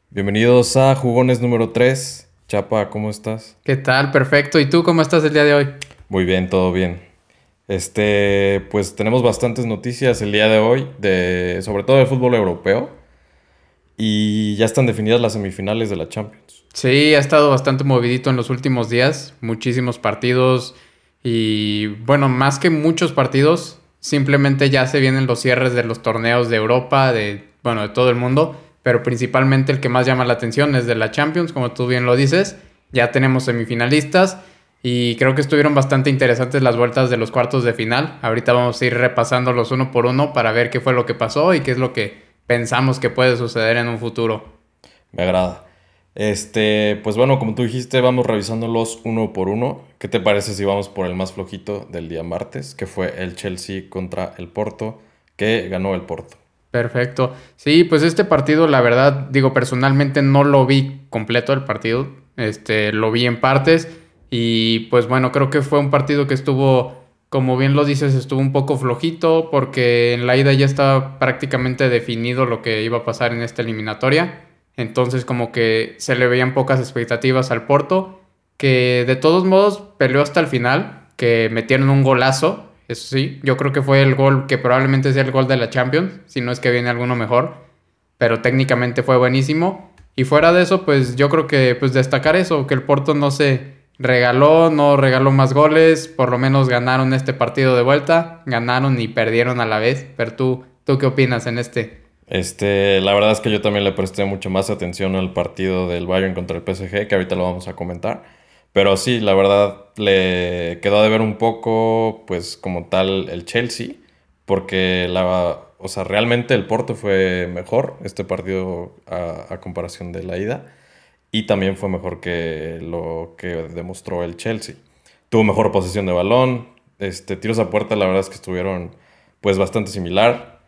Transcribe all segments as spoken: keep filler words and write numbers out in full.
Bienvenidos a Jugones número tres. Chapa, ¿cómo estás? ¿Qué tal? Perfecto. ¿Y tú cómo estás el día de hoy? Muy bien, todo bien. Este, pues tenemos bastantes noticias el día de hoy, de, sobre todo de fútbol europeo, y ya están definidas las semifinales de la Champions. Sí, ha estado bastante movidito en los últimos días, muchísimos partidos y bueno, más que muchos partidos, simplemente ya se vienen los cierres de los torneos de Europa, de bueno, de todo el mundo, pero principalmente el que más llama la atención es de la Champions, como tú bien lo dices. Ya tenemos semifinalistas y creo que estuvieron bastante interesantes las vueltas de los cuartos de final. Ahorita vamos a ir repasándolos uno por uno para ver qué fue lo que pasó y qué es lo que pensamos que puede suceder en un futuro. Me agrada. Este, pues bueno, como tú dijiste, vamos revisándolos uno por uno. ¿Qué te parece si vamos por el más flojito del día martes, que fue el Chelsea contra el Porto, que ganó el Porto? Perfecto. Sí, pues este partido, la verdad, digo, personalmente no lo vi completo el partido. Este, lo vi en partes. Y pues bueno, creo que fue un partido que estuvo, como bien lo dices, estuvo un poco flojito, porque en la ida ya estaba prácticamente definido lo que iba a pasar en esta eliminatoria. Entonces, como que se le veían pocas expectativas al Porto, que de todos modos peleó hasta el final, que metieron un golazo. Eso sí, yo creo que fue el gol que probablemente sea el gol de la Champions, si no es que viene alguno mejor, pero técnicamente fue buenísimo. Y fuera de eso, pues yo creo que pues destacar eso, que el Porto no se regaló, no regaló más goles, por lo menos ganaron este partido de vuelta, ganaron y perdieron a la vez. Pero tú, ¿tú qué opinas en este? Este, la verdad es que yo también le presté mucho más atención al partido del Bayern contra el P S G, que ahorita lo vamos a comentar. Pero sí, la verdad le quedó de ver un poco, pues como tal, el Chelsea, porque la, o sea, realmente el Porto fue mejor este partido a, a comparación de la ida, y también fue mejor que lo que demostró el Chelsea. Tuvo mejor posesión de balón, este, tiros a puerta, la verdad es que estuvieron pues bastante similar.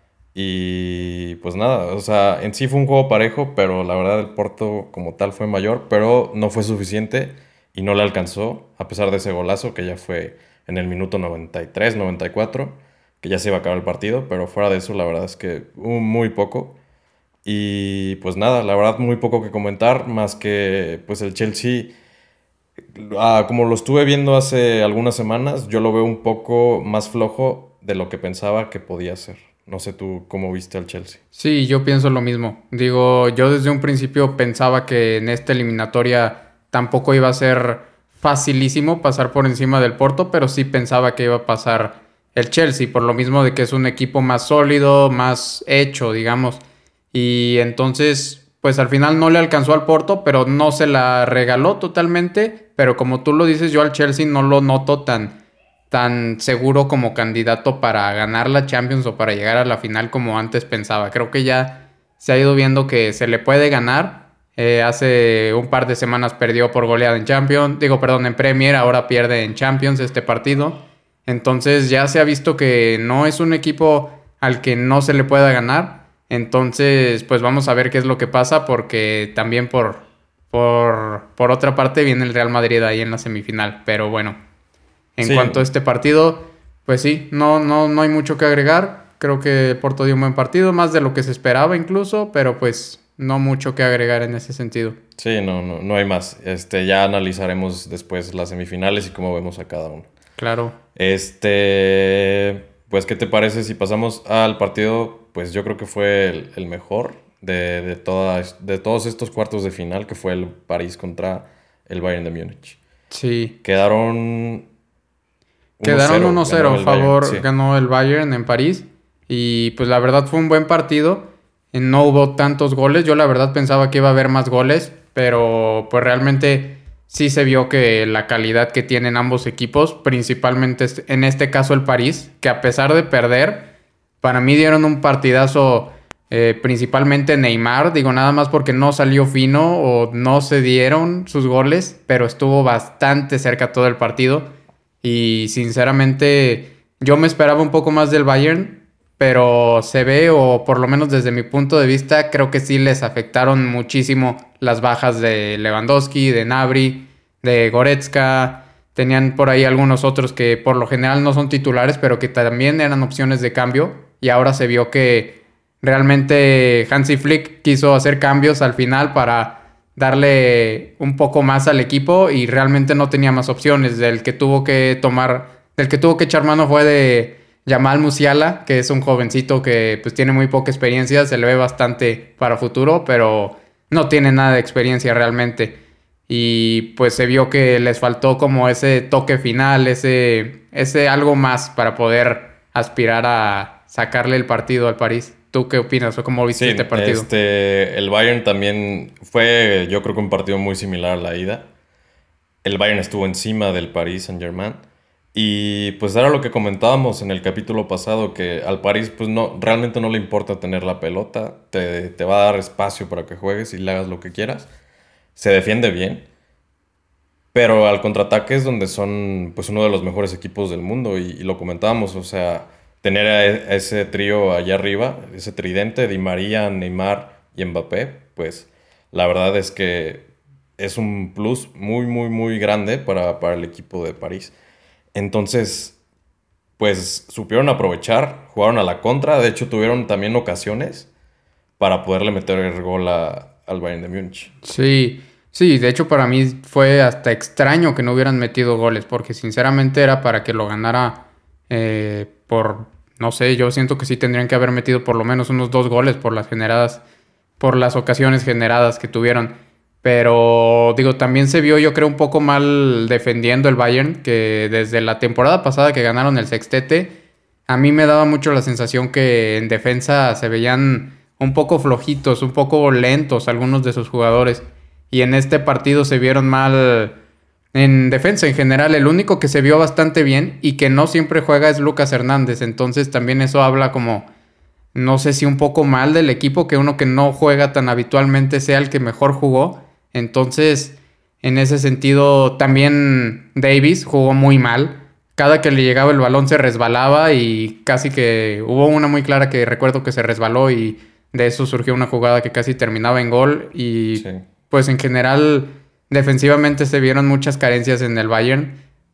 Y pues nada, o sea, en sí fue un juego parejo, pero la verdad el Porto como tal fue mayor, pero no fue suficiente y no le alcanzó, a pesar de ese golazo que ya fue en el minuto noventa y tres, noventa y cuatro, que ya se iba a acabar el partido, pero fuera de eso la verdad es que hubo muy poco. Y pues nada, la verdad muy poco que comentar, más que pues el Chelsea, ah, como lo estuve viendo hace algunas semanas, yo lo veo un poco más flojo de lo que pensaba que podía ser. No sé tú cómo viste al Chelsea. Sí, yo pienso lo mismo. Digo, yo desde un principio pensaba que en esta eliminatoria tampoco iba a ser facilísimo pasar por encima del Porto, pero sí pensaba que iba a pasar el Chelsea, por lo mismo de que es un equipo más sólido, más hecho, digamos. Y entonces, pues al final no le alcanzó al Porto, pero no se la regaló totalmente. Pero como tú lo dices, yo al Chelsea no lo noto tan tan seguro como candidato para ganar la Champions o para llegar a la final como antes pensaba. Creo que ya se ha ido viendo que se le puede ganar. Eh, hace un par de semanas perdió por goleada en Champions, digo, perdón, en Premier, ahora pierde en Champions este partido. Entonces ya se ha visto que no es un equipo al que no se le pueda ganar. Entonces, pues vamos a ver qué es lo que pasa, porque también por, por, por otra parte viene el Real Madrid ahí en la semifinal. Pero bueno, en Sí, cuanto a este partido, pues sí, no, no, no hay mucho que agregar. Creo que Porto dio un buen partido, más de lo que se esperaba incluso, pero pues no mucho que agregar en ese sentido. sí, no, no, no hay más. Este, ya analizaremos después las semifinales y cómo vemos a cada uno. Claro. Este, pues, ¿qué te parece si pasamos al partido? Pues yo creo que fue el, el mejor de, de, todas, de todos estos cuartos de final, que fue el París contra el Bayern de Múnich. Sí. Quedaron uno Quedaron cero, uno cero, ganó a el Bayern, sí. favor, ganó el Bayern en París. Y pues la verdad fue un buen partido. Eh, No hubo tantos goles. Yo la verdad pensaba que iba a haber más goles, pero pues realmente sí se vio que la calidad que tienen ambos equipos, principalmente es- en este caso el París, que a pesar de perder, para mí dieron un partidazo, eh, principalmente Neymar, digo nada más porque no salió fino o no se dieron sus goles, pero estuvo bastante cerca todo el partido. Y sinceramente yo me esperaba un poco más del Bayern, pero se ve, o por lo menos desde mi punto de vista, creo que sí les afectaron muchísimo las bajas de Lewandowski, de Gnabry, de Goretzka. Tenían por ahí algunos otros que por lo general no son titulares, pero que también eran opciones de cambio. Y ahora se vio que realmente Hansi Flick quiso hacer cambios al final para darle un poco más al equipo y realmente no tenía más opciones. Del que tuvo que tomar, del que tuvo que echar mano fue de Jamal Musiala, que es un jovencito que pues tiene muy poca experiencia, se le ve bastante para futuro, pero no tiene nada de experiencia realmente. Y pues se vio que les faltó como ese toque final, ese, ese algo más para poder aspirar a sacarle el partido al París. ¿Tú qué opinas o cómo viste Sí, este partido? este, el Bayern también fue, yo creo que un partido muy similar a la ida. El Bayern estuvo encima del Paris Saint-Germain. Y pues era lo que comentábamos en el capítulo pasado, que al París pues no, realmente no le importa tener la pelota, te, te va a dar espacio para que juegues y le hagas lo que quieras. Se defiende bien, pero al contraataque es donde son pues uno de los mejores equipos del mundo y, y lo comentábamos, o sea, tener a, e- a ese trío allá arriba, ese tridente, Di María, Neymar y Mbappé, pues la verdad es que es un plus muy, muy, muy grande para, para el equipo de París. Entonces, pues supieron aprovechar, jugaron a la contra, de hecho tuvieron también ocasiones para poderle meter el gol a- al Bayern de Múnich. Sí, sí, de hecho para mí fue hasta extraño que no hubieran metido goles, porque sinceramente era para que lo ganara eh, por, no sé, yo siento que sí tendrían que haber metido por lo menos unos dos goles por las generadas, por las ocasiones generadas que tuvieron. Pero digo, también se vio yo creo un poco mal defendiendo el Bayern, que desde la temporada pasada que ganaron el sextete, a mí me daba mucho la sensación que en defensa se veían un poco flojitos, un poco lentos algunos de sus jugadores. Y en este partido se vieron mal en defensa en general. El único que se vio bastante bien y que no siempre juega es Lucas Hernández. Entonces también eso habla como, no sé si un poco mal del equipo, que uno que no juega tan habitualmente sea el que mejor jugó. Entonces, en ese sentido, también Davis jugó muy mal. Cada que le llegaba el balón se resbalaba y casi que hubo una muy clara que recuerdo que se resbaló y de eso surgió una jugada que casi terminaba en gol. Y Sí. pues en general, defensivamente se vieron muchas carencias en el Bayern.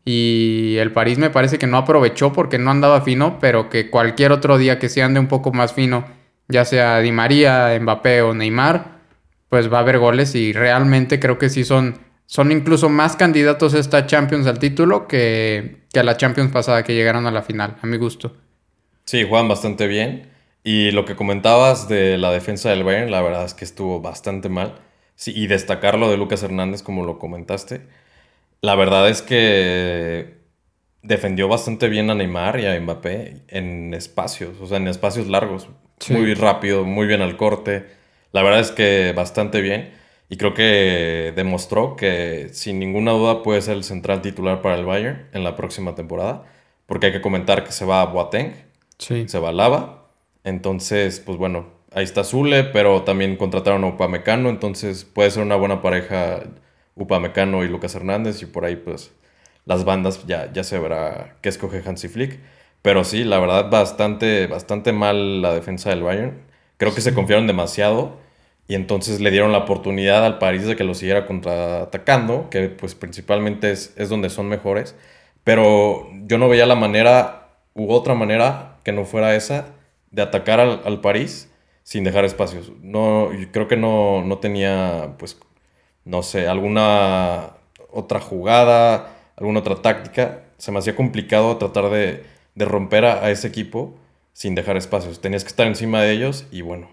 Y el París me parece que no aprovechó porque no andaba fino, pero que cualquier otro día que se ande un poco más fino, ya sea Di María, Mbappé o Neymar, pues va a haber goles y realmente creo que sí son, son incluso más candidatos esta Champions al título que, que a la Champions pasada que llegaron a la final, a mi gusto. Sí, juegan bastante bien. Y lo que comentabas de la defensa del Bayern, la verdad es que estuvo bastante mal. Sí, y destacar lo de Lucas Hernández, como lo comentaste. La verdad es que defendió bastante bien a Neymar y a Mbappé en espacios, o sea, en espacios largos. Sí, Muy rápido, muy bien al corte. La verdad es que bastante bien. Y creo que demostró que sin ninguna duda puede ser el central titular para el Bayern en la próxima temporada. Porque hay que comentar que se va a Boateng, sí, se va Lava. Entonces, pues bueno, ahí está Zule, pero también contrataron a Upamecano, entonces puede ser una buena pareja Upamecano y Lucas Hernández y por ahí pues las bandas ya, ya se verá qué escoge Hansi Flick. Pero sí, la verdad bastante, bastante mal la defensa del Bayern. Creo que se sí, confiaron demasiado y entonces le dieron la oportunidad al París de que lo siguiera contraatacando, que pues principalmente es, es donde son mejores. Pero yo no veía la manera u otra manera que no fuera esa de atacar al, al París sin dejar espacios. No, yo creo que no, no tenía, pues, no sé, alguna otra jugada, alguna otra táctica. Se me hacía complicado tratar de, de romper a, a ese equipo sin dejar espacios. Tenías que estar encima de ellos y bueno,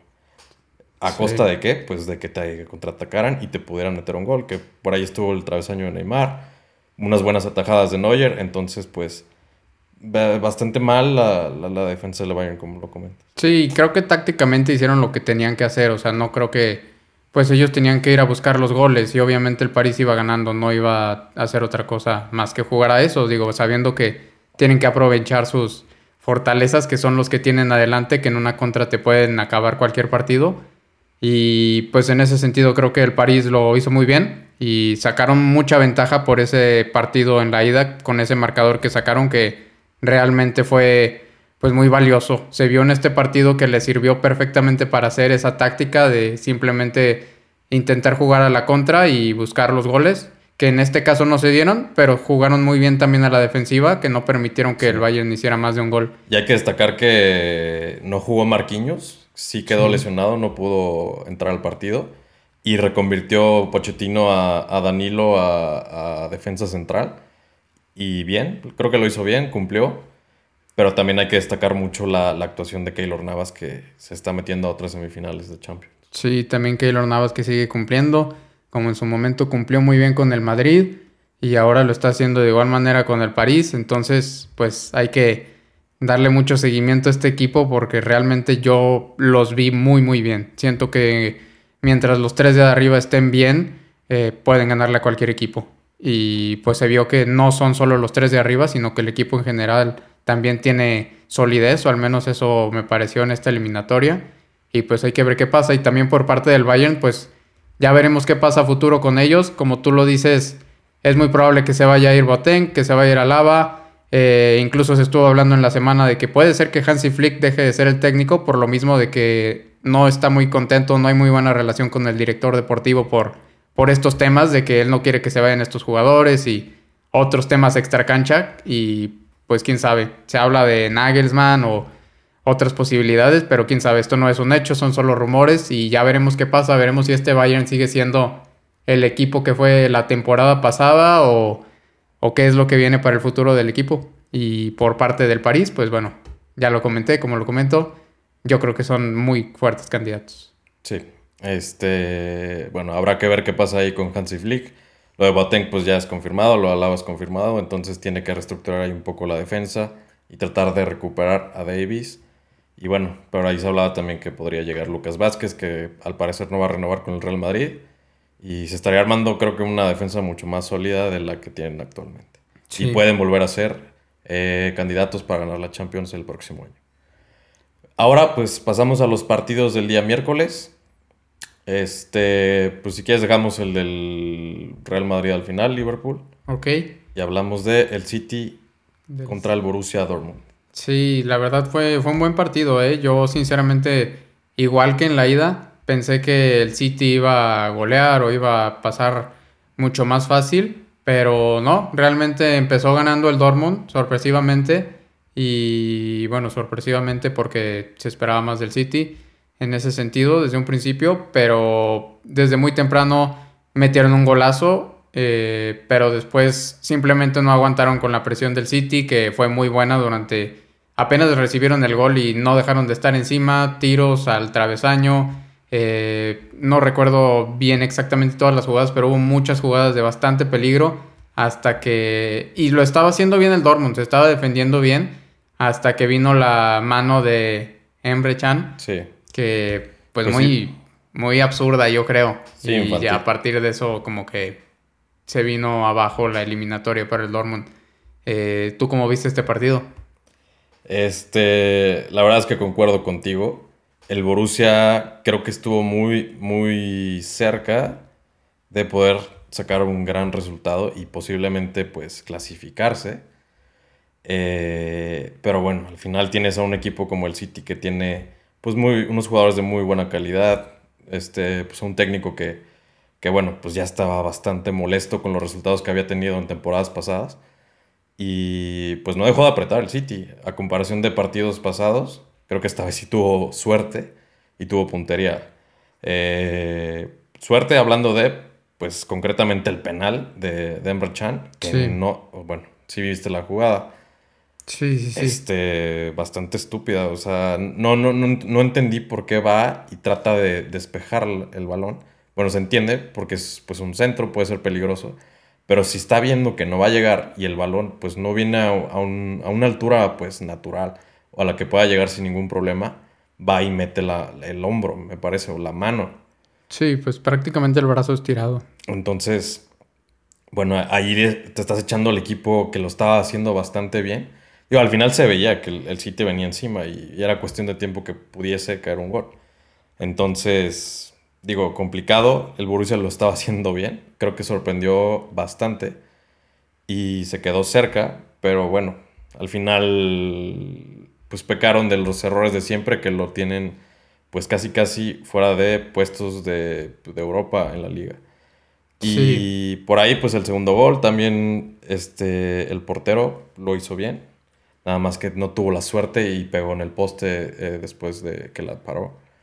¿a costa sí. de qué? Pues de que te contraatacaran y te pudieran meter un gol, que por ahí estuvo el travesaño de Neymar, unas buenas atajadas de Neuer, entonces pues ba- bastante mal la, la, la defensa del Bayern, como lo comentas. Sí, creo que tácticamente hicieron lo que tenían que hacer, o sea, no creo que, pues ellos tenían que ir a buscar los goles y obviamente el París iba ganando, no iba a hacer otra cosa más que jugar a eso, digo, sabiendo que tienen que aprovechar sus fortalezas que son los que tienen adelante, que en una contra te pueden acabar cualquier partido y pues en ese sentido creo que el París lo hizo muy bien y sacaron mucha ventaja por ese partido en la ida con ese marcador que sacaron que realmente fue pues muy valioso. Se vio en este partido que le sirvió perfectamente para hacer esa táctica de simplemente intentar jugar a la contra y buscar los goles, que en este caso no se dieron, pero jugaron muy bien también a la defensiva, que no permitieron que el Sí. Bayern hiciera más de un gol. Y hay que destacar que no jugó Marquinhos, sí quedó Sí. lesionado, no pudo entrar al partido. Y reconvirtió Pochettino a, a Danilo a, a defensa central. Y bien, creo que lo hizo bien, cumplió. Pero también hay que destacar mucho la, la actuación de Keylor Navas, que se está metiendo a otras semifinales de Champions. Sí, también Keylor Navas que sigue cumpliendo, como en su momento cumplió muy bien con el Madrid y ahora lo está haciendo de igual manera con el París, entonces pues hay que darle mucho seguimiento a este equipo porque realmente yo los vi muy muy bien. Siento que mientras los tres de arriba estén bien, eh, pueden ganarle a cualquier equipo. Y pues se vio que no son solo los tres de arriba, sino que el equipo en general también tiene solidez, o al menos eso me pareció en esta eliminatoria. Y pues hay que ver qué pasa. Y también por parte del Bayern, pues ya veremos qué pasa a futuro con ellos. Como tú lo dices, es muy probable que se vaya a ir Boateng, que se vaya a ir Alaba. Eh, incluso se estuvo hablando en la semana de que puede ser que Hansi Flick deje de ser el técnico por lo mismo de que no está muy contento, no hay muy buena relación con el director deportivo por, por estos temas de que él no quiere que se vayan estos jugadores y otros temas extra cancha. Y pues quién sabe, se habla de Nagelsmann o otras posibilidades, pero quién sabe, esto no es un hecho, son solo rumores y ya veremos qué pasa, veremos si este Bayern sigue siendo el equipo que fue la temporada pasada o, o qué es lo que viene para el futuro del equipo. Y por parte del París, pues bueno, ya lo comenté, como lo comento, yo creo que son muy fuertes candidatos. Sí, este, bueno, habrá que ver qué pasa ahí con Hansi Flick. Lo de Boateng pues ya es confirmado, lo de Alaba es confirmado, entonces tiene que reestructurar ahí un poco la defensa y tratar de recuperar a Davies. Y bueno, pero ahí se hablaba también que podría llegar Lucas Vázquez, que al parecer no va a renovar con el Real Madrid. Y se estaría armando, creo que una defensa mucho más sólida de la que tienen actualmente. Y Sí, pueden volver a ser eh, candidatos para ganar la Champions el próximo año. Ahora, pues pasamos a los partidos del día miércoles. Este, pues si quieres dejamos el del Real Madrid al final, Liverpool. ok. Y hablamos de el City Del- contra el Borussia Dortmund. Sí, la verdad fue, fue un buen partido, ¿eh? Yo sinceramente, igual que en la ida, pensé que el City iba a golear o iba a pasar mucho más fácil, pero no, realmente empezó ganando el Dortmund sorpresivamente y bueno, sorpresivamente porque se esperaba más del City en ese sentido desde un principio, pero desde muy temprano metieron un golazo, eh, pero después simplemente no aguantaron con la presión del City, que fue muy buena durante. Apenas recibieron el gol y no dejaron de estar encima, tiros al travesaño. Eh, no recuerdo bien exactamente todas las jugadas, pero hubo muchas jugadas de bastante peligro hasta que. Y lo estaba haciendo bien el Dortmund, se estaba defendiendo bien hasta que vino la mano de Emre Can, Sí, que pues pues sí, muy, muy absurda yo creo. sí, Y ya infantil. a partir de eso como que se vino abajo la eliminatoria para el Dortmund. Eh, ¿tú cómo viste este partido? Este, la verdad es que concuerdo contigo. El Borussia creo que estuvo muy, muy cerca de poder sacar un gran resultado y posiblemente pues clasificarse. Eh, pero bueno, al final tienes a un equipo como el City que tiene pues muy, unos jugadores de muy buena calidad. Este, pues un técnico que, que bueno, pues ya estaba bastante molesto con los resultados que había tenido en temporadas pasadas. Y pues no dejó de apretar el City. A comparación de partidos pasados, creo que esta vez sí tuvo suerte y tuvo puntería. Eh, suerte hablando de, pues concretamente el penal de, de Emre Can, que Sí. no, bueno, sí viste la jugada. Sí, sí, sí. Este, bastante estúpida. O sea, no, no, no, no entendí por qué va y trata de despejar el, el balón. Bueno, se entiende porque es pues un centro, puede ser peligroso. Pero si está viendo que no va a llegar y el balón pues no viene a, a un- a una altura pues natural o a la que pueda llegar sin ningún problema, va y mete la- el hombro, me parece, o la mano. Sí, pues prácticamente el brazo estirado. Entonces, bueno, ahí de- te estás echando al equipo que lo estaba haciendo bastante bien. Digo, al final se veía que el, el City venía encima y, y era cuestión de tiempo que pudiese caer un gol. Entonces, digo, complicado. El Borussia lo estaba haciendo bien. Creo que sorprendió bastante y se quedó cerca, pero bueno, al final pues pecaron de los errores de siempre que lo tienen pues casi casi fuera de puestos de, de Europa en la liga. Sí, Y por ahí, pues el segundo gol también, este, el portero lo hizo bien. Nada más que no tuvo la suerte y pegó en el poste eh, después de que la paró.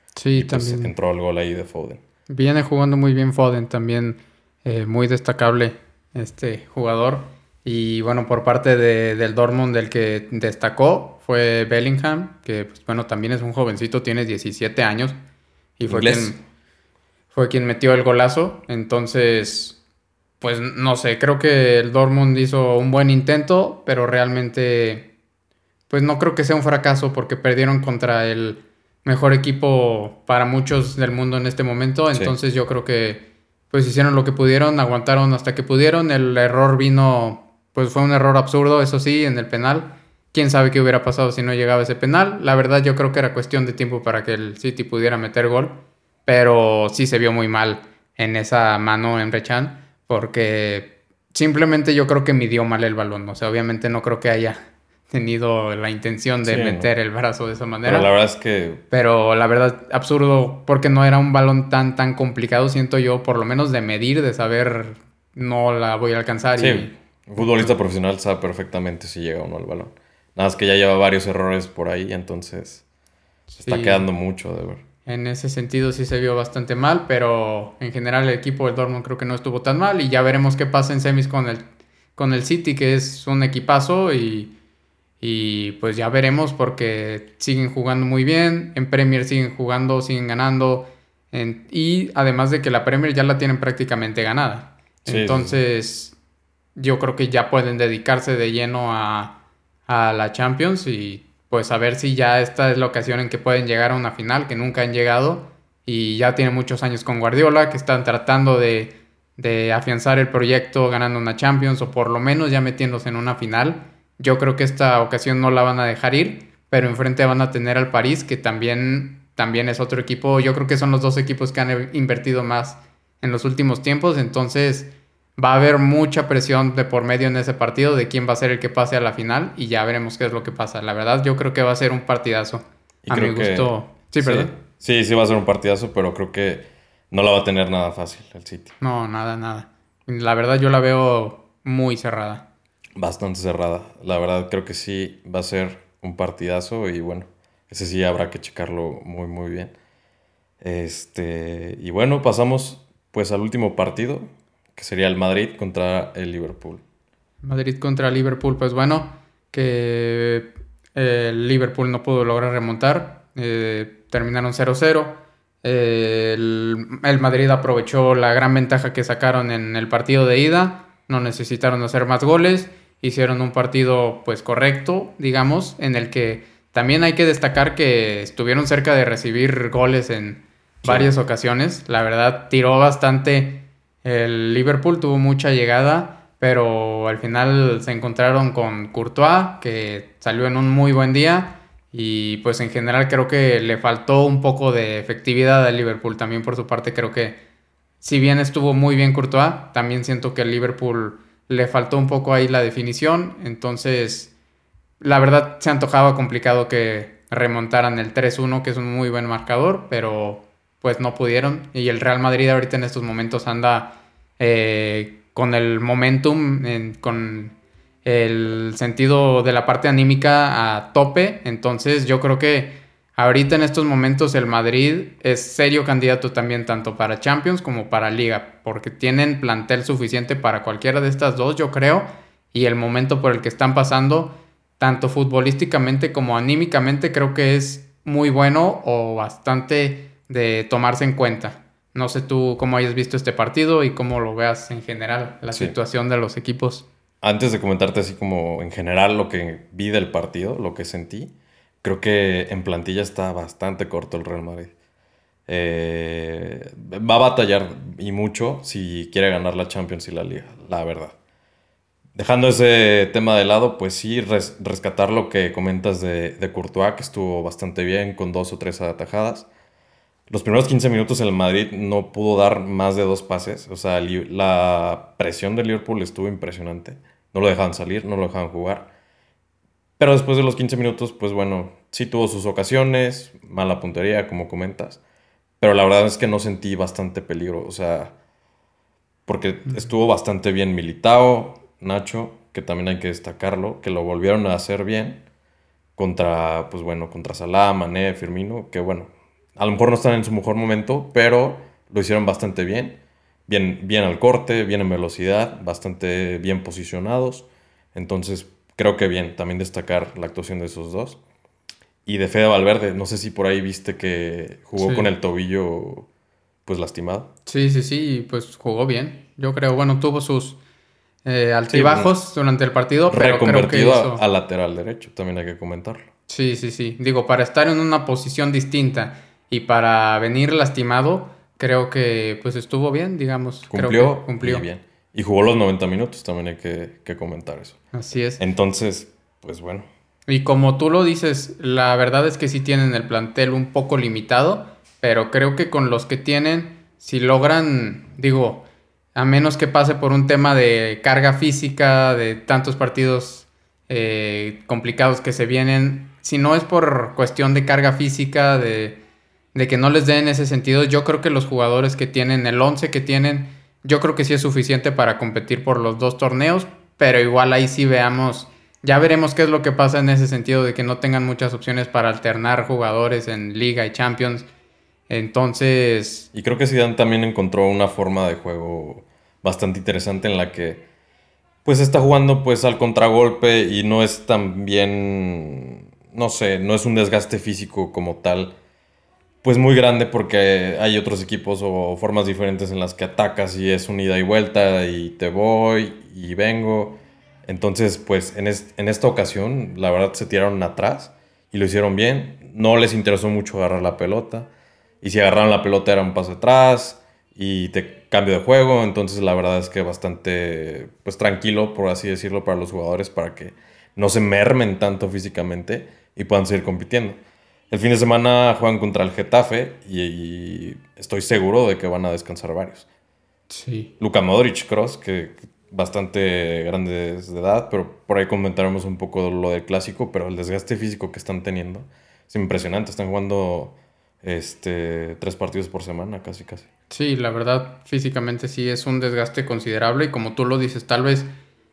Sí, y pues también. entró el gol ahí de Foden. Viene jugando muy bien Foden, también eh, muy destacable este jugador. Y bueno, por parte de, del Dortmund, el que destacó fue Bellingham, que pues bueno, también es un jovencito, tiene diecisiete años y fue Inglés. quien, fue quien metió el golazo. Entonces, pues no sé, creo que el Dortmund hizo un buen intento, pero realmente, pues no creo que sea un fracaso porque perdieron contra el mejor equipo para muchos del mundo en este momento. Sí, Entonces yo creo que pues hicieron lo que pudieron, aguantaron hasta que pudieron. El error vino, pues fue un error absurdo, eso sí, en el penal. Quién sabe qué hubiera pasado si no llegaba ese penal. La verdad yo creo que era cuestión de tiempo para que el City pudiera meter gol, pero sí se vio muy mal en esa mano en Rechan porque simplemente yo creo que midió mal el balón. O sea, obviamente no creo que haya tenido la intención de sí, meter no. el brazo de esa Pero la manera. verdad es que Pero la verdad, absurdo, porque no era un balón tan, tan complicado, siento yo, por lo menos de medir, de saber, no la voy a alcanzar sí, y... un futbolista Entonces, profesional sabe perfectamente si llega o no al balón. Nada más que ya lleva varios errores por ahí, entonces se está quedando sí, mucho de ver. en ese sentido sí se vio bastante mal, pero en general el equipo del Dortmund creo que no estuvo tan mal y ya veremos qué pasa en semis con el, con el City, que es un equipazo y... Y pues ya veremos porque siguen jugando muy bien, en Premier siguen jugando, siguen ganando, en- y además de que la Premier ya la tienen prácticamente ganada. Sí, sí, sí. Entonces yo creo que ya pueden dedicarse de lleno a, a la Champions y pues a ver si ya esta es la ocasión en que pueden llegar a una final que nunca han llegado y ya tienen muchos años con Guardiola que están tratando de, de afianzar el proyecto ganando una Champions o por lo menos ya metiéndose en una final. Yo creo que esta ocasión no la van a dejar ir, pero enfrente van a tener al París, que también, también es otro equipo. Yo creo que son los dos equipos que han invertido más en los últimos tiempos, entonces va a haber mucha presión de por medio en ese partido de quién va a ser el que pase a la final y ya veremos qué es lo que pasa. La verdad, yo creo que va a ser un partidazo. Y A mi creo que gusto. Sí, sí, perdón. sí, sí va a ser un partidazo, pero creo que no la va a tener nada fácil el City. No, nada, nada. La verdad, yo la veo muy cerrada. Bastante cerrada. La verdad creo que sí va a ser un partidazo y bueno, ese sí habrá que checarlo muy muy bien. Este, y bueno, pasamos pues al último partido, que sería el Madrid contra el Liverpool. Madrid contra Liverpool, pues bueno, que eh, el Liverpool no pudo lograr remontar, eh, terminaron cero cero. Eh, el, el Madrid aprovechó la gran ventaja que sacaron en el partido de ida, no necesitaron hacer más goles, hicieron un partido pues correcto, digamos, en el que también hay que destacar que estuvieron cerca de recibir goles en Sí, varias ocasiones, la verdad tiró bastante el Liverpool, tuvo mucha llegada pero al final se encontraron con Courtois, que salió en un muy buen día, y pues en general creo que le faltó un poco de efectividad al Liverpool. También por su parte creo que si bien estuvo muy bien Courtois, también siento que al Liverpool le faltó un poco ahí la definición, entonces la verdad se antojaba complicado que remontaran el tres uno, que es un muy buen marcador, pero pues no pudieron. Y el Real Madrid ahorita en estos momentos anda eh, con el momentum, en- con el sentido de la parte anímica a tope. Entonces yo creo que ahorita en estos momentos el Madrid es serio candidato también tanto para Champions como para Liga, porque tienen plantel suficiente para cualquiera de estas dos, yo creo, y el momento por el que están pasando tanto futbolísticamente como anímicamente, creo que es muy bueno o bastante de tomarse en cuenta. No sé tú cómo hayas visto este partido y cómo lo veas en general, la sí. situación de los equipos. Antes de comentarte así como en general lo que vi del partido, lo que sentí, creo que en plantilla está bastante corto el Real Madrid. Eh, va a batallar y mucho si quiere ganar la Champions y la Liga, la verdad. Dejando ese tema de lado, pues sí, res- rescatar lo que comentas de, de Courtois, que estuvo bastante bien con dos o tres atajadas. Los primeros quince minutos el Madrid no pudo dar más de dos pases. O sea, li- la presión de Liverpool estuvo impresionante. No lo dejaban salir, no lo dejaban jugar. Pero después de los quince minutos, pues bueno, sí tuvo sus ocasiones, mala puntería, como comentas. Pero la verdad es que no sentí bastante peligro. O sea, porque Mm. estuvo bastante bien Militao, Nacho, que también hay que destacarlo, que lo volvieron a hacer bien contra, pues bueno, contra Salah, Mané, Firmino, que bueno, A lo mejor no están en su mejor momento, pero lo hicieron bastante bien. Bien, bien al corte, bien en velocidad, bastante bien posicionados. Entonces, creo que bien, también destacar la actuación de esos dos. Y de Fede Valverde, no sé si por ahí viste que jugó con Sí. el tobillo pues lastimado. Sí, sí, sí, y pues jugó bien. Yo creo, bueno, tuvo sus eh, Sí, bueno, altibajos durante el partido, pero creo que reconvertido a, a hizo. lateral derecho, también hay que comentarlo. Sí, sí, sí. Digo, para estar en una posición distinta y para venir lastimado, creo que pues estuvo bien, digamos. Creo que Cumplió y cumplió. bien. Y jugó los noventa minutos, también hay que, que comentar eso. Así es. Entonces, pues bueno, Y como tú lo dices, la verdad es que sí tienen el plantel un poco limitado, pero creo que con los que tienen, si logran, digo, a menos que pase por un tema de carga física, de tantos partidos eh, complicados que se vienen, si no es por cuestión de carga física, de, de que no les den en ese sentido, yo creo que los jugadores que tienen, el once que tienen, yo creo que sí es suficiente para competir por los dos torneos, pero igual ahí sí veamos. Ya veremos qué es lo que pasa en ese sentido de que no tengan muchas opciones para alternar jugadores en Liga y Champions. Entonces, y creo que Zidane también encontró una forma de juego bastante interesante en la que pues está jugando pues al contragolpe y no es tan bien, no sé, no es un desgaste físico como tal, pues muy grande porque hay otros equipos o formas diferentes en las que atacas y es un ida y vuelta y te voy y vengo. Entonces, pues en, es- en esta ocasión, la verdad se tiraron atrás y lo hicieron bien. No les interesó mucho agarrar la pelota. Y si agarraron la pelota era un paso atrás y te cambio de juego. Entonces, la verdad es que bastante, pues tranquilo, por así decirlo, para los jugadores para que no se mermen tanto físicamente y puedan seguir compitiendo. El fin de semana juegan contra el Getafe y, y estoy seguro de que van a descansar varios. sí. Luka Modric, Kroos, que bastante grandes de edad, pero por ahí comentaremos un poco lo del clásico, pero el desgaste físico que están teniendo es impresionante. Están jugando este, tres partidos por semana, casi, casi. Sí, la verdad, físicamente sí es un desgaste considerable y como tú lo dices, tal vez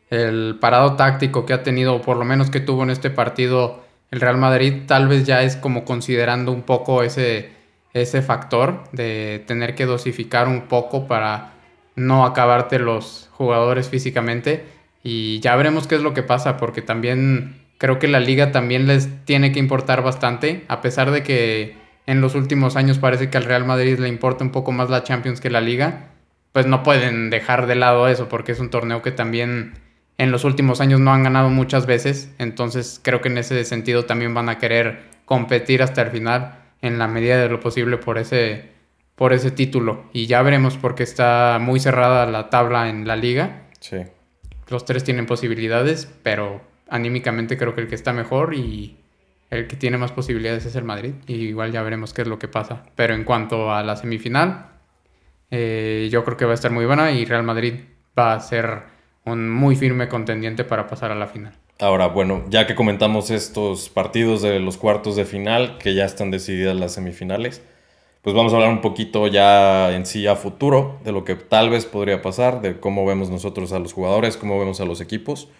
el parado táctico que ha tenido, o por lo menos que tuvo en este partido el Real Madrid, tal vez ya es como considerando un poco ese, ese factor de tener que dosificar un poco para no acabarte los jugadores físicamente y ya veremos qué es lo que pasa porque también creo que la liga también les tiene que importar bastante, a pesar de que en los últimos años parece que al Real Madrid le importa un poco más la Champions que la Liga, pues no pueden dejar de lado eso porque es un torneo que también en los últimos años no han ganado muchas veces, entonces creo que en ese sentido también van a querer competir hasta el final en la medida de lo posible por ese, por ese título. Y ya veremos porque está muy cerrada la tabla en la liga. Sí. Los tres tienen posibilidades, pero anímicamente creo que el que está mejor y el que tiene más posibilidades es el Madrid. Y igual ya veremos qué es lo que pasa. Pero en cuanto a la semifinal, eh, yo creo que va a estar muy buena y Real Madrid va a ser un muy firme contendiente para pasar a la final. Ahora, bueno, ya que comentamos estos partidos de los cuartos de final, que ya están decididas las semifinales, pues vamos a hablar un poquito ya en sí a futuro de lo que tal vez podría pasar, de cómo vemos nosotros a los jugadores, cómo vemos a los equipos.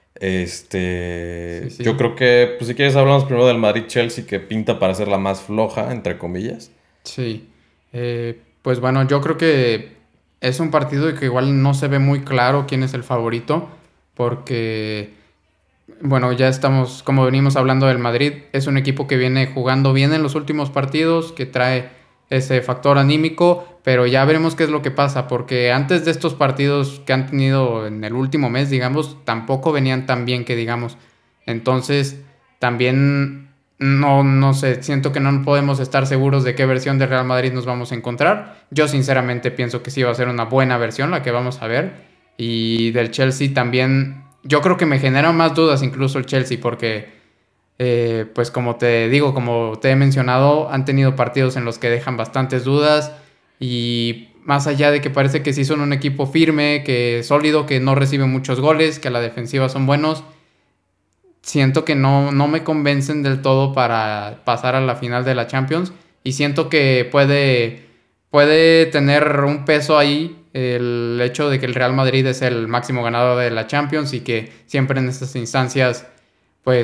Sí, Este, yo sí. creo que, pues si quieres hablamos primero del Madrid-Chelsea, que pinta para ser la más floja, entre comillas. Sí. Eh, pues bueno, yo creo que es un partido que igual no se ve muy claro quién es el favorito, porque bueno, ya estamos, como venimos hablando del Madrid, es un equipo que viene jugando bien en los últimos partidos, que trae ese factor anímico, pero ya veremos qué es lo que pasa, porque antes de estos partidos que han tenido en el último mes, digamos, tampoco venían tan bien que digamos. Entonces, también no, no sé, siento que no podemos estar seguros de qué versión de Real Madrid nos vamos a encontrar. Yo sinceramente pienso que sí va a ser una buena versión la que vamos a ver. Y del Chelsea también, yo creo que me genera más dudas incluso el Chelsea porque, eh, pues como te digo, como te he mencionado, han tenido partidos en los que dejan bastantes dudas y más allá de que parece que sí son un equipo firme, que sólido, que no recibe muchos goles, que a la defensiva son buenos, siento que no, no me convencen del todo para pasar a la final de la Champions y siento que puede, puede tener un peso ahí el hecho de que el Real Madrid es el máximo ganador de la Champions y que siempre en estas instancias pues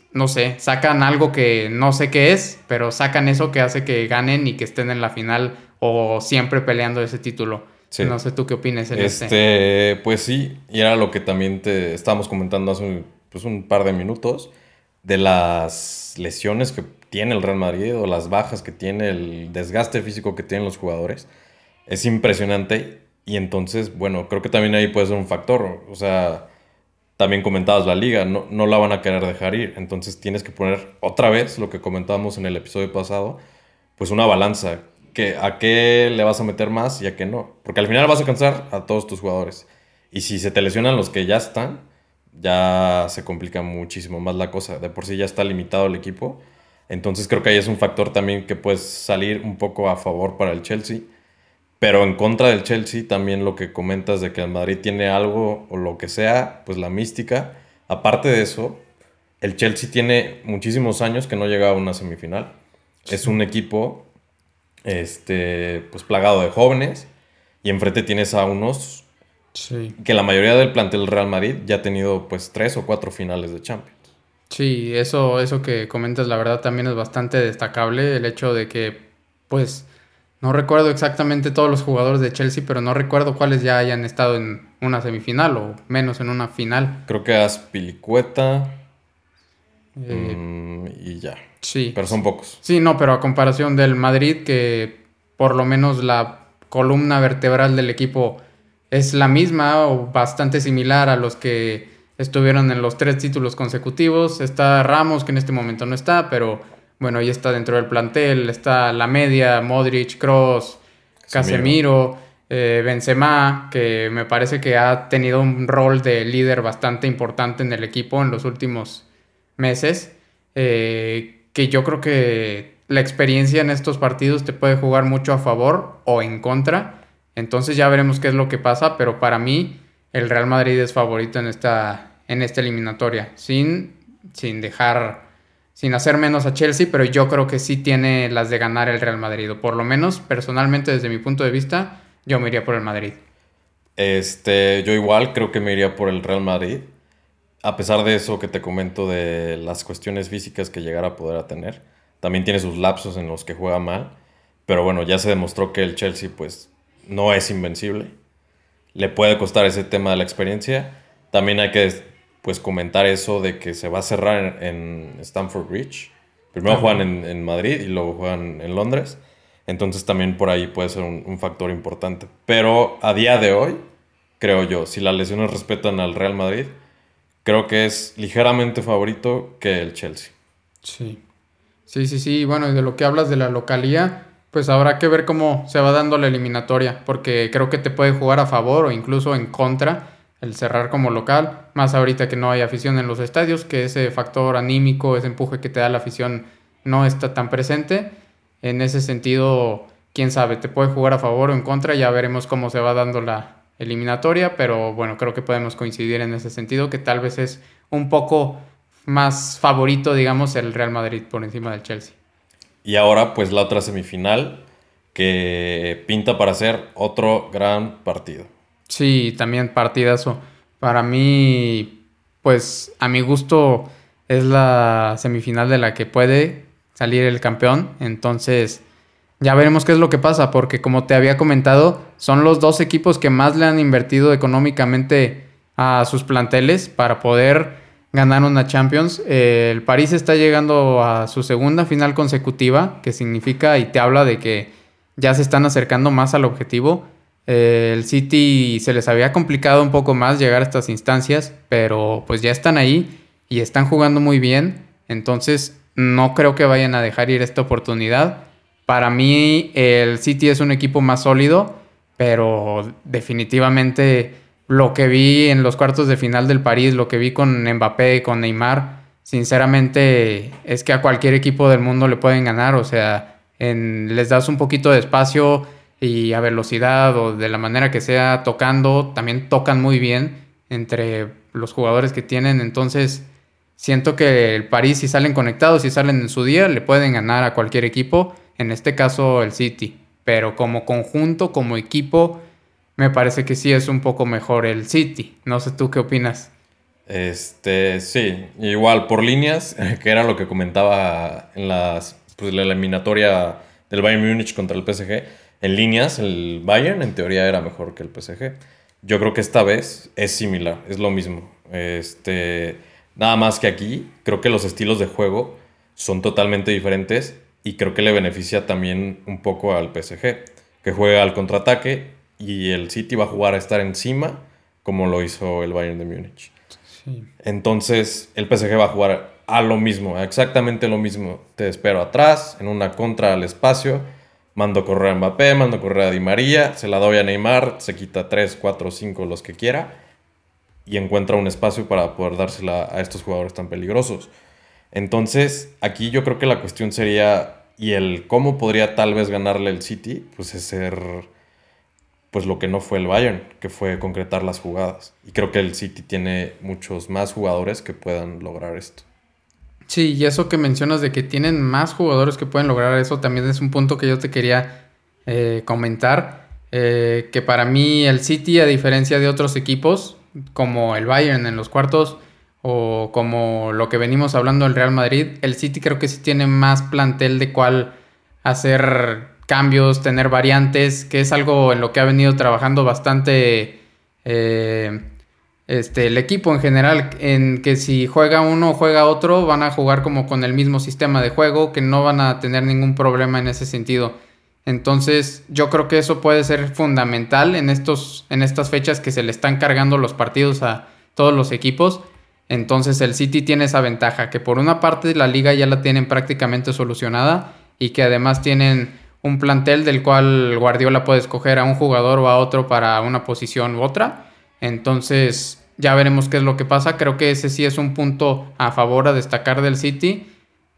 no sé, sacan algo que no sé qué es, pero sacan eso que hace que ganen y que estén en la final o siempre peleando ese título. Sí. No sé tú qué opinas en este. Este, pues sí, y era lo que también te estábamos comentando hace un, pues un par de minutos, de las lesiones que tiene el Real Madrid o las bajas que tiene, el desgaste físico que tienen los jugadores. Es impresionante y entonces, bueno, creo que también ahí puede ser un factor. O sea, también comentabas la liga, no, no la van a querer dejar ir. Entonces tienes que poner otra vez lo que comentábamos en el episodio pasado, pues una balanza. Que, ¿a qué le vas a meter más y a qué no? Porque al final vas a cansar a todos tus jugadores. Y si se te lesionan los que ya están, ya se complica muchísimo más la cosa. De por sí ya está limitado el equipo. Entonces creo que ahí es un factor también que puede salir un poco a favor para el Chelsea. Pero en contra del Chelsea también lo que comentas de que el Madrid tiene algo o lo que sea, pues la mística. Aparte de eso, el Chelsea tiene muchísimos años que no llega a una semifinal. Sí. Es un equipo este, pues plagado de jóvenes y enfrente tienes a unos sí. que la mayoría del plantel del Real Madrid ya ha tenido pues tres o cuatro finales de Champions. Sí, eso, eso que comentas la verdad también es bastante destacable, el hecho de que pues no recuerdo exactamente todos los jugadores de Chelsea, pero no recuerdo cuáles ya hayan estado en una semifinal o menos en una final. Creo que Azpilicueta eh, mmm, y ya. Sí. Pero son pocos. Sí, no, pero a comparación del Madrid, que por lo menos la columna vertebral del equipo es la misma o bastante similar a los que estuvieron en los tres títulos consecutivos. Está Ramos, que en este momento no está, pero bueno, ahí está dentro del plantel. Está la media, Modric, Kroos, Casemiro, eh, Benzema, que me parece que ha tenido un rol de líder bastante importante en el equipo en los últimos meses. Eh, que yo creo que la experiencia en estos partidos te puede jugar mucho a favor o en contra. Entonces ya veremos qué es lo que pasa, pero para mí el Real Madrid es favorito en esta, en esta eliminatoria, sin, sin dejar, sin hacer menos a Chelsea, pero yo creo que sí tiene las de ganar el Real Madrid, o por lo menos personalmente desde mi punto de vista, yo me iría por el Madrid. Este, yo igual creo que me iría por el Real Madrid. A pesar de eso que te comento de las cuestiones físicas que llegara a poder tener, también tiene sus lapsos en los que juega mal, pero bueno, ya se demostró que el Chelsea pues no es invencible, le puede costar ese tema de la experiencia. También hay que pues comentar eso de que se va a cerrar en, en Stamford Bridge. Primero uh-huh. juegan en, en Madrid y luego juegan en Londres, entonces también por ahí puede ser un, un factor importante. Pero a día de hoy, creo yo, si las lesiones respetan al Real Madrid, creo que es ligeramente favorito que el Chelsea. Sí, sí, sí, sí. Bueno, y de lo que hablas de la localía, pues habrá que ver cómo se va dando la eliminatoria, porque creo que te puede jugar a favor o incluso en contra el cerrar como local, más ahorita que no hay afición en los estadios, que ese factor anímico, ese empuje que te da la afición no está tan presente. En ese sentido, quién sabe, te puede jugar a favor o en contra, ya veremos cómo se va dando la eliminatoria, pero bueno, creo que podemos coincidir en ese sentido, que tal vez es un poco más favorito, digamos, el Real Madrid por encima del Chelsea. Y ahora, pues la otra semifinal, que pinta para ser otro gran partido. Sí, también partidazo. Para mí, pues a mi gusto, es la semifinal de la que puede salir el campeón, entonces ya veremos qué es lo que pasa, porque como te había comentado, son los dos equipos que más le han invertido económicamente a sus planteles para poder ganar una Champions. Eh, el París está llegando a su segunda final consecutiva, que significa y te habla de que ya se están acercando más al objetivo. Eh, el City se les había complicado un poco más llegar a estas instancias, pero pues ya están ahí y están jugando muy bien, entonces no creo que vayan a dejar ir esta oportunidad. Para mí el City es un equipo más sólido, pero definitivamente lo que vi en los cuartos de final del París, lo que vi con Mbappé, con Neymar, sinceramente es que a cualquier equipo del mundo le pueden ganar. O sea, en, les das un poquito de espacio y a velocidad o de la manera que sea tocando, también tocan muy bien entre los jugadores que tienen. Entonces siento que el París, si salen conectados, si salen en su día, le pueden ganar a cualquier equipo. En este caso el City, pero como conjunto, como equipo, me parece que sí es un poco mejor el City. No sé tú qué opinas. Este, sí, igual por líneas, que era lo que comentaba en las, pues, la eliminatoria del Bayern Múnich contra el P S G. En líneas, el Bayern en teoría era mejor que el P S G. Yo creo que esta vez es similar, es lo mismo. Este, nada más que aquí, creo que los estilos de juego son totalmente diferentes y creo que le beneficia también un poco al P S G, que juega al contraataque y el City va a jugar a estar encima, como lo hizo el Bayern de Múnich. Sí. Entonces, el P S G va a jugar a lo mismo, a exactamente lo mismo. Te espero atrás, en una contra al espacio. Mando correr a Mbappé, mando correr a Di María, se la doy a Neymar, se quita tres, cuatro, cinco, los que quiera, y encuentra un espacio para poder dársela a estos jugadores tan peligrosos. Entonces, aquí yo creo que la cuestión sería, y el cómo podría tal vez ganarle el City, pues es ser pues lo que no fue el Bayern, que fue concretar las jugadas. Y creo que el City tiene muchos más jugadores que puedan lograr esto. Sí, y eso que mencionas de que tienen más jugadores que pueden lograr eso también es un punto que yo te quería eh, comentar. Eh, que para mí el City, a diferencia de otros equipos, como el Bayern en los cuartos o como lo que venimos hablando del Real Madrid, el City creo que sí tiene más plantel de cuál hacer cambios, tener variantes, que es algo en lo que ha venido trabajando bastante eh, este, el equipo en general, en que si juega uno o juega otro, van a jugar como con el mismo sistema de juego, que no van a tener ningún problema en ese sentido. Entonces, yo creo que eso puede ser fundamental en estos, en estas fechas que se le están cargando los partidos a todos los equipos. Entonces, el City tiene esa ventaja, que por una parte la liga ya la tienen prácticamente solucionada y que además tienen un plantel del cual Guardiola puede escoger a un jugador o a otro para una posición u otra. Entonces, ya veremos qué es lo que pasa. Creo que ese sí es un punto a favor a destacar del City.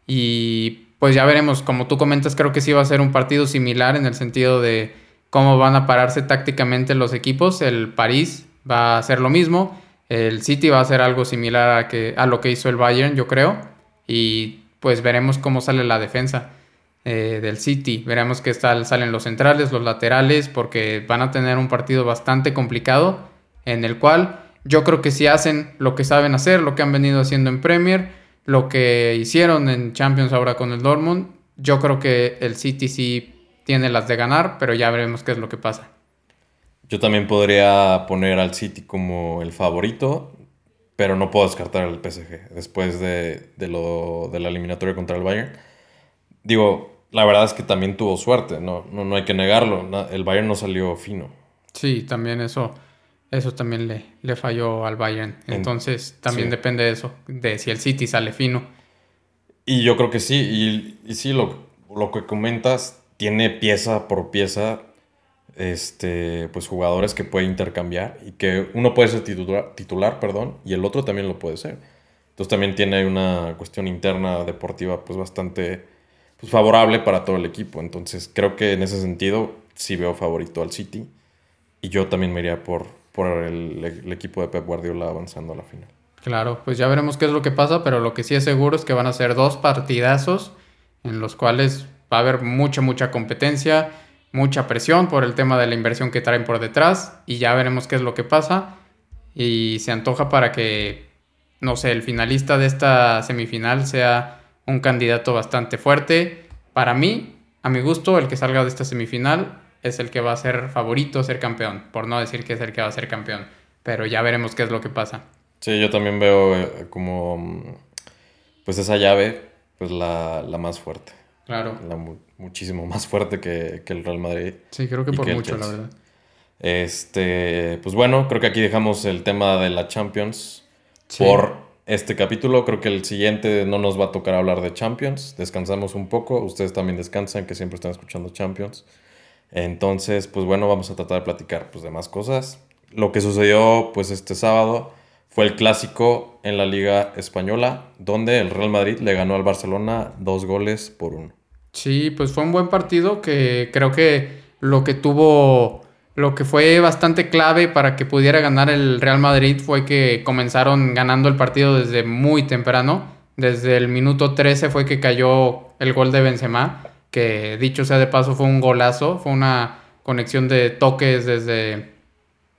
Y pues ya veremos, como tú comentas, creo que sí va a ser un partido similar en el sentido de cómo van a pararse tácticamente los equipos. El París va a hacer lo mismo. El City va a hacer algo similar a, que, a lo que hizo el Bayern, yo creo. Y pues veremos cómo sale la defensa eh, del City. Veremos qué tal salen los centrales, los laterales, porque van a tener un partido bastante complicado en el cual yo creo que si hacen lo que saben hacer, lo que han venido haciendo en Premier, lo que hicieron en Champions ahora con el Dortmund, yo creo que el City sí tiene las de ganar, pero ya veremos qué es lo que pasa. Yo también podría poner al City como el favorito, pero no puedo descartar al P S G después de, de, lo, de la eliminatoria contra el Bayern. Digo, la verdad es que también tuvo suerte, no, no, no hay que negarlo. El Bayern no salió fino. Sí, también eso, eso también le, le falló al Bayern. Entonces, también sí. depende de eso, de si el City sale fino. Y yo creo que sí, y, y sí, lo, lo que comentas, tiene pieza por pieza, este, pues jugadores que puede intercambiar y que uno puede ser titular, titular, perdón, y el otro también lo puede ser. Entonces también tiene una cuestión interna deportiva pues bastante pues, favorable para todo el equipo. Entonces creo que en ese sentido sí veo favorito al City y yo también me iría por, por el, el equipo de Pep Guardiola avanzando a la final. Claro, pues ya veremos qué es lo que pasa, pero lo que sí es seguro es que van a ser dos partidazos en los cuales va a haber mucha, mucha competencia, mucha presión por el tema de la inversión que traen por detrás y ya veremos qué es lo que pasa y se antoja para que, no sé, el finalista de esta semifinal sea un candidato bastante fuerte. Para mí, a mi gusto, el que salga de esta semifinal es el que va a ser favorito a ser campeón, por no decir que es el que va a ser campeón, pero ya veremos qué es lo que pasa. Sí, yo también veo eh, como pues esa llave pues la, la más fuerte. Claro. La mu- muchísimo más fuerte que, que el Real Madrid. Sí, creo que y por que el mucho, la Chelsea. verdad. Este, pues bueno, creo que aquí dejamos el tema de la Champions Sí. por este capítulo. Creo que el siguiente no nos va a tocar hablar de Champions. Descansamos un poco. Ustedes también descansan, que siempre están escuchando Champions. Entonces, pues bueno, vamos a tratar de platicar pues, de más cosas. Lo que sucedió pues este sábado fue el clásico en la Liga Española, donde el Real Madrid le ganó al Barcelona dos goles por uno. Sí, pues fue un buen partido que creo que lo que tuvo, lo que fue bastante clave para que pudiera ganar el Real Madrid fue que comenzaron ganando el partido desde muy temprano. Desde el minuto trece fue que cayó el gol de Benzema, que dicho sea de paso fue un golazo, fue una conexión de toques desde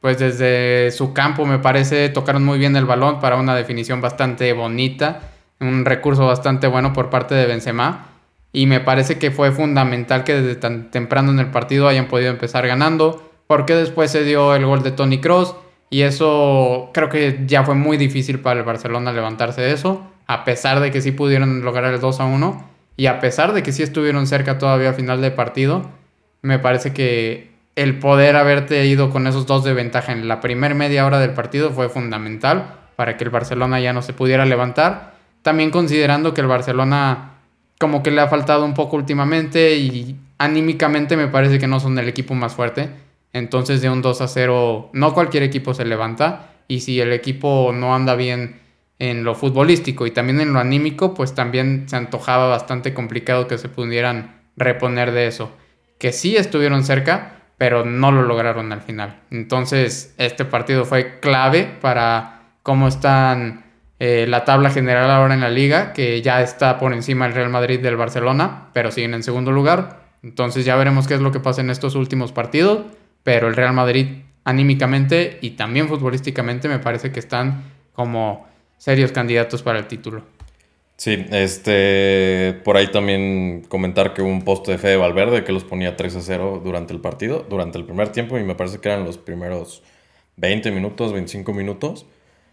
pues desde su campo me parece tocaron muy bien el balón para una definición bastante bonita, un recurso bastante bueno por parte de Benzema. Y me parece que fue fundamental que desde tan temprano en el partido hayan podido empezar ganando, porque después se dio el gol de Toni Kroos y eso creo que ya fue muy difícil para el Barcelona levantarse de eso, a pesar de que sí pudieron lograr el dos a uno y a pesar de que sí estuvieron cerca todavía al final del partido. Me parece que el poder haberte ido con esos dos de ventaja en la primera media hora del partido fue fundamental para que el Barcelona ya no se pudiera levantar, también considerando que el Barcelona como que le ha faltado un poco últimamente y anímicamente me parece que no son el equipo más fuerte. Entonces de un dos a cero no cualquier equipo se levanta y si el equipo no anda bien en lo futbolístico y también en lo anímico, pues también se antojaba bastante complicado que se pudieran reponer de eso. Que sí estuvieron cerca, pero no lo lograron al final. Entonces este partido fue clave para cómo están Eh, la tabla general ahora en la liga, que ya está por encima el Real Madrid del Barcelona, pero siguen en segundo lugar. Entonces ya veremos qué es lo que pasa en estos últimos partidos, pero el Real Madrid anímicamente y también futbolísticamente me parece que están como serios candidatos para el título. Sí, este, por ahí también comentar que hubo un poste de Fede Valverde que los ponía tres a cero durante el partido, durante el primer tiempo, y me parece que eran los primeros veinte minutos, veinticinco minutos.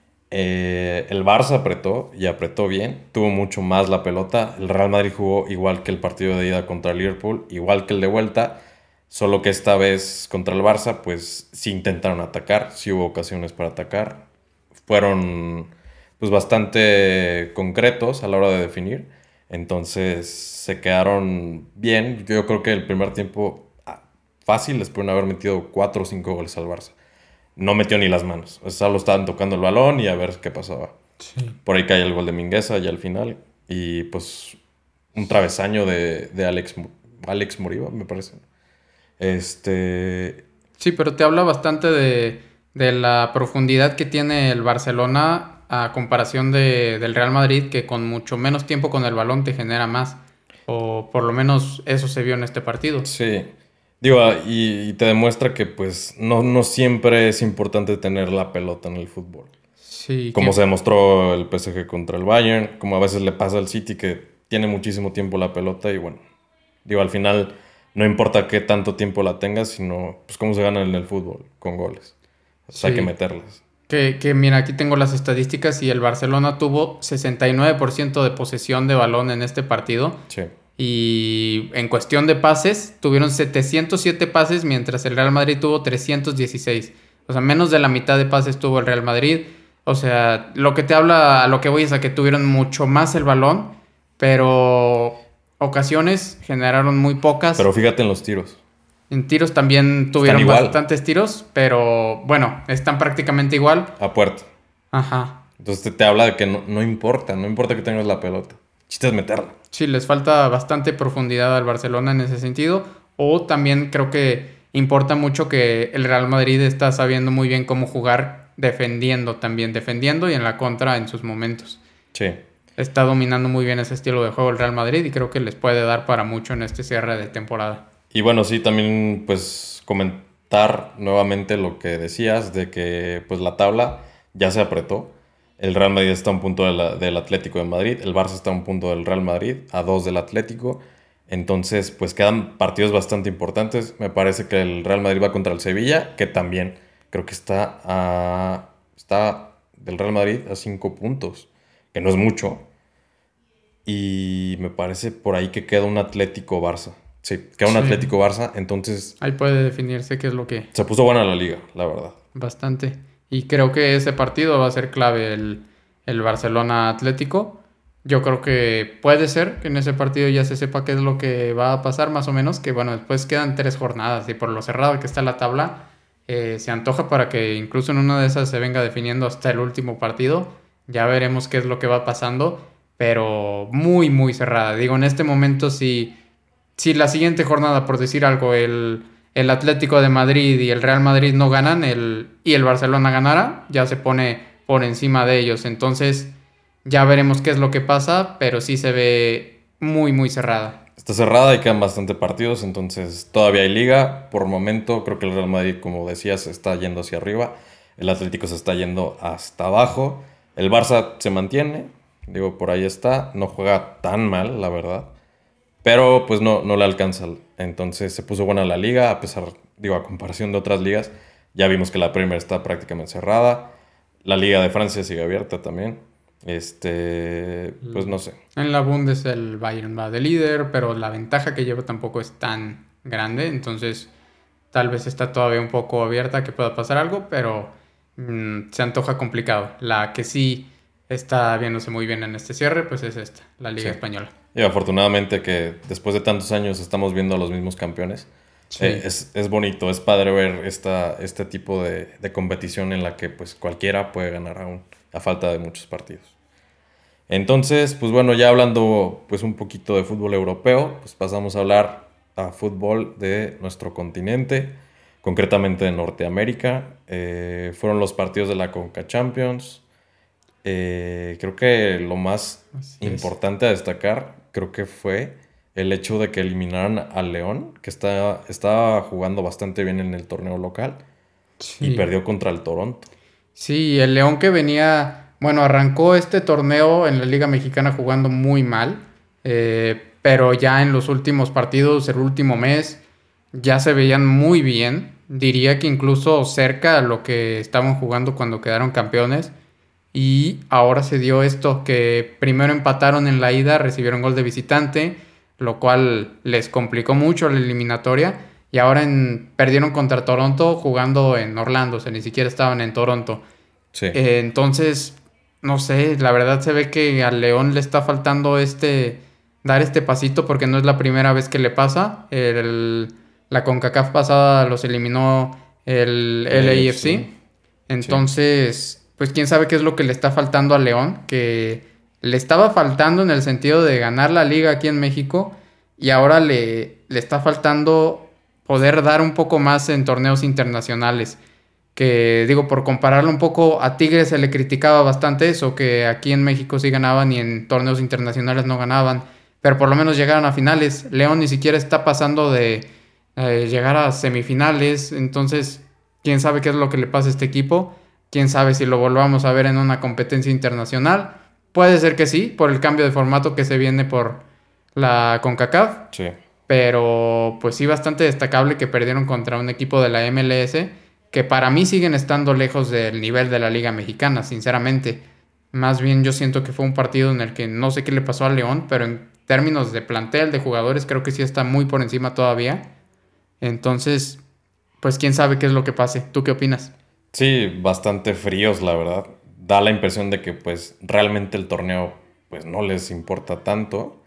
Eh, el Barça apretó y apretó bien, tuvo mucho más la pelota. El Real Madrid jugó igual que el partido de ida contra el Liverpool, igual que el de vuelta, solo que esta vez contra el Barça pues sí intentaron atacar, sí hubo ocasiones para atacar, fueron pues bastante concretos a la hora de definir, entonces se quedaron bien. Yo creo que el primer tiempo fácil les pueden haber metido cuatro o cinco goles al Barça. No metió ni las manos. Solo estaban tocando el balón y a ver qué pasaba. Sí. Por ahí cae el gol de Mingueza ya al final. Y pues un travesaño de, de Alex, Alex Moriba, me parece. Este... Sí, pero te habla bastante de, de la profundidad que tiene el Barcelona a comparación de, del Real Madrid, que con mucho menos tiempo con el balón te genera más. O por lo menos eso se vio en este partido. Sí. Digo, y, y te demuestra que pues no, no siempre es importante tener la pelota en el fútbol. Sí. Como que... se demostró el P S G contra el Bayern, como a veces le pasa al City que tiene muchísimo tiempo la pelota y bueno, digo, al final no importa qué tanto tiempo la tengas, sino pues cómo se gana en el fútbol, con goles. O sea, sí. Hay que meterlas. Que, que mira, aquí tengo las estadísticas y el Barcelona tuvo sesenta y nueve por ciento de posesión de balón en este partido. Sí. Y en cuestión de pases, tuvieron setecientos siete pases, mientras el Real Madrid tuvo trescientos dieciséis. O sea, menos de la mitad de pases tuvo el Real Madrid. O sea, lo que te habla, a lo que voy es a que tuvieron mucho más el balón, pero ocasiones generaron muy pocas. Pero fíjate en los tiros. En tiros también tuvieron bastantes tiros, pero bueno, están prácticamente igual. A puerta. Ajá. Entonces te, te habla de que no, no importa, no importa que tengas la pelota. Chiste es meterla. Sí, les falta bastante profundidad al Barcelona en ese sentido. O también creo que importa mucho que el Real Madrid está sabiendo muy bien cómo jugar defendiendo también. Defendiendo y en la contra en sus momentos. Sí. Está dominando muy bien ese estilo de juego el Real Madrid y creo que les puede dar para mucho en este cierre de temporada. Y bueno, sí, también pues comentar nuevamente lo que decías de que pues la tabla ya se apretó. El Real Madrid está a un punto de la, del Atlético de Madrid. El Barça está a un punto del Real Madrid, a dos del Atlético. Entonces, pues quedan partidos bastante importantes. Me parece que el Real Madrid va contra el Sevilla, que también creo que está, a, está del Real Madrid a cinco puntos, que no es mucho. Y me parece por ahí que queda un Atlético-Barça. Sí, queda un sí. Atlético-Barça, entonces... Ahí puede definirse qué es lo que... Se puso buena la liga, la verdad. Bastante. Y creo que ese partido va a ser clave, el, el Barcelona-Atlético. Yo creo que puede ser que en ese partido ya se sepa qué es lo que va a pasar más o menos. Que bueno, después quedan tres jornadas y por lo cerrado que está la tabla, eh, se antoja para que incluso en una de esas se venga definiendo hasta el último partido. Ya veremos qué es lo que va pasando, pero muy, muy cerrada. Digo, en este momento si, si la siguiente jornada, por decir algo, el... el Atlético de Madrid y el Real Madrid no ganan el, y el Barcelona ganara, ya se pone por encima de ellos. Entonces ya veremos qué es lo que pasa, pero sí se ve muy, muy cerrada. está cerrada y quedan bastante partidos, entonces todavía hay liga. Por momento creo que el Real Madrid, como decías, se está yendo hacia arriba. El Atlético se está yendo hasta abajo. El Barça se mantiene, digo, por ahí está. No juega tan mal, la verdad. Pero pues no, no le alcanza. Entonces se puso buena la liga, a pesar, digo, a comparación de otras ligas. Ya vimos que la Premier está prácticamente cerrada. La Liga de Francia sigue abierta también. Este, pues no sé. En la Bundes el Bayern va de líder, pero la ventaja que lleva tampoco es tan grande, entonces tal vez está todavía un poco abierta que pueda pasar algo, pero mmm, se antoja complicado. La que sí está viéndose muy bien en este cierre, pues es esta, la Liga Sí. Española. Y afortunadamente que después de tantos años estamos viendo a los mismos campeones. Sí. Eh, es, es bonito, es padre ver esta, este tipo de, de competición en la que pues cualquiera puede ganar aún, a falta de muchos partidos. Entonces, pues bueno, ya hablando pues un poquito de fútbol europeo, pues pasamos a hablar a fútbol de nuestro continente, concretamente de Norteamérica. Eh, fueron los partidos de la Conca Champions. Eh, creo que lo más Así es. importante a destacar, creo que fue el hecho de que eliminaran al León, que está, estaba jugando bastante bien en el torneo local y Sí. perdió contra el Toronto. Sí, el León que venía, bueno, arrancó este torneo en la Liga Mexicana jugando muy mal, eh, pero ya en los últimos partidos, el último mes, ya se veían muy bien. Diría que incluso cerca a lo que estaban jugando cuando quedaron campeones. Y ahora se dio esto, que primero empataron en la ida, recibieron gol de visitante, lo cual les complicó mucho la eliminatoria. Y ahora en- perdieron contra Toronto jugando en Orlando, o sea, ni siquiera estaban en Toronto. Sí, Eh, entonces, no sé, la verdad se ve que al León le está faltando este, dar este pasito porque no es la primera vez que le pasa. El- la CONCACAF pasada los eliminó el el L A F A F C. C. Entonces, pues quién sabe qué es lo que le está faltando al León, que le estaba faltando en el sentido de ganar la liga aquí en México y ahora le, le está faltando poder dar un poco más en torneos internacionales. Que digo, por compararlo un poco, a Tigres se le criticaba bastante eso, que aquí en México sí ganaban y en torneos internacionales no ganaban, pero por lo menos llegaron a finales. León ni siquiera está pasando de eh, llegar a semifinales, entonces quién sabe qué es lo que le pasa a este equipo, quién sabe si lo volvamos a ver en una competencia internacional. Puede ser que sí, por el cambio de formato que se viene por la CONCACAF, Sí. pero pues sí bastante destacable que perdieron contra un equipo de la M L S que para mí siguen estando lejos del nivel de la Liga Mexicana, sinceramente. Más bien yo siento que fue un partido en el que no sé qué le pasó al León, pero en términos de plantel, de jugadores, creo que sí está muy por encima todavía. Entonces, pues quién sabe qué es lo que pase. ¿Tú qué opinas? Sí, bastante fríos, la verdad. Da la impresión de que pues realmente el torneo pues no les importa tanto.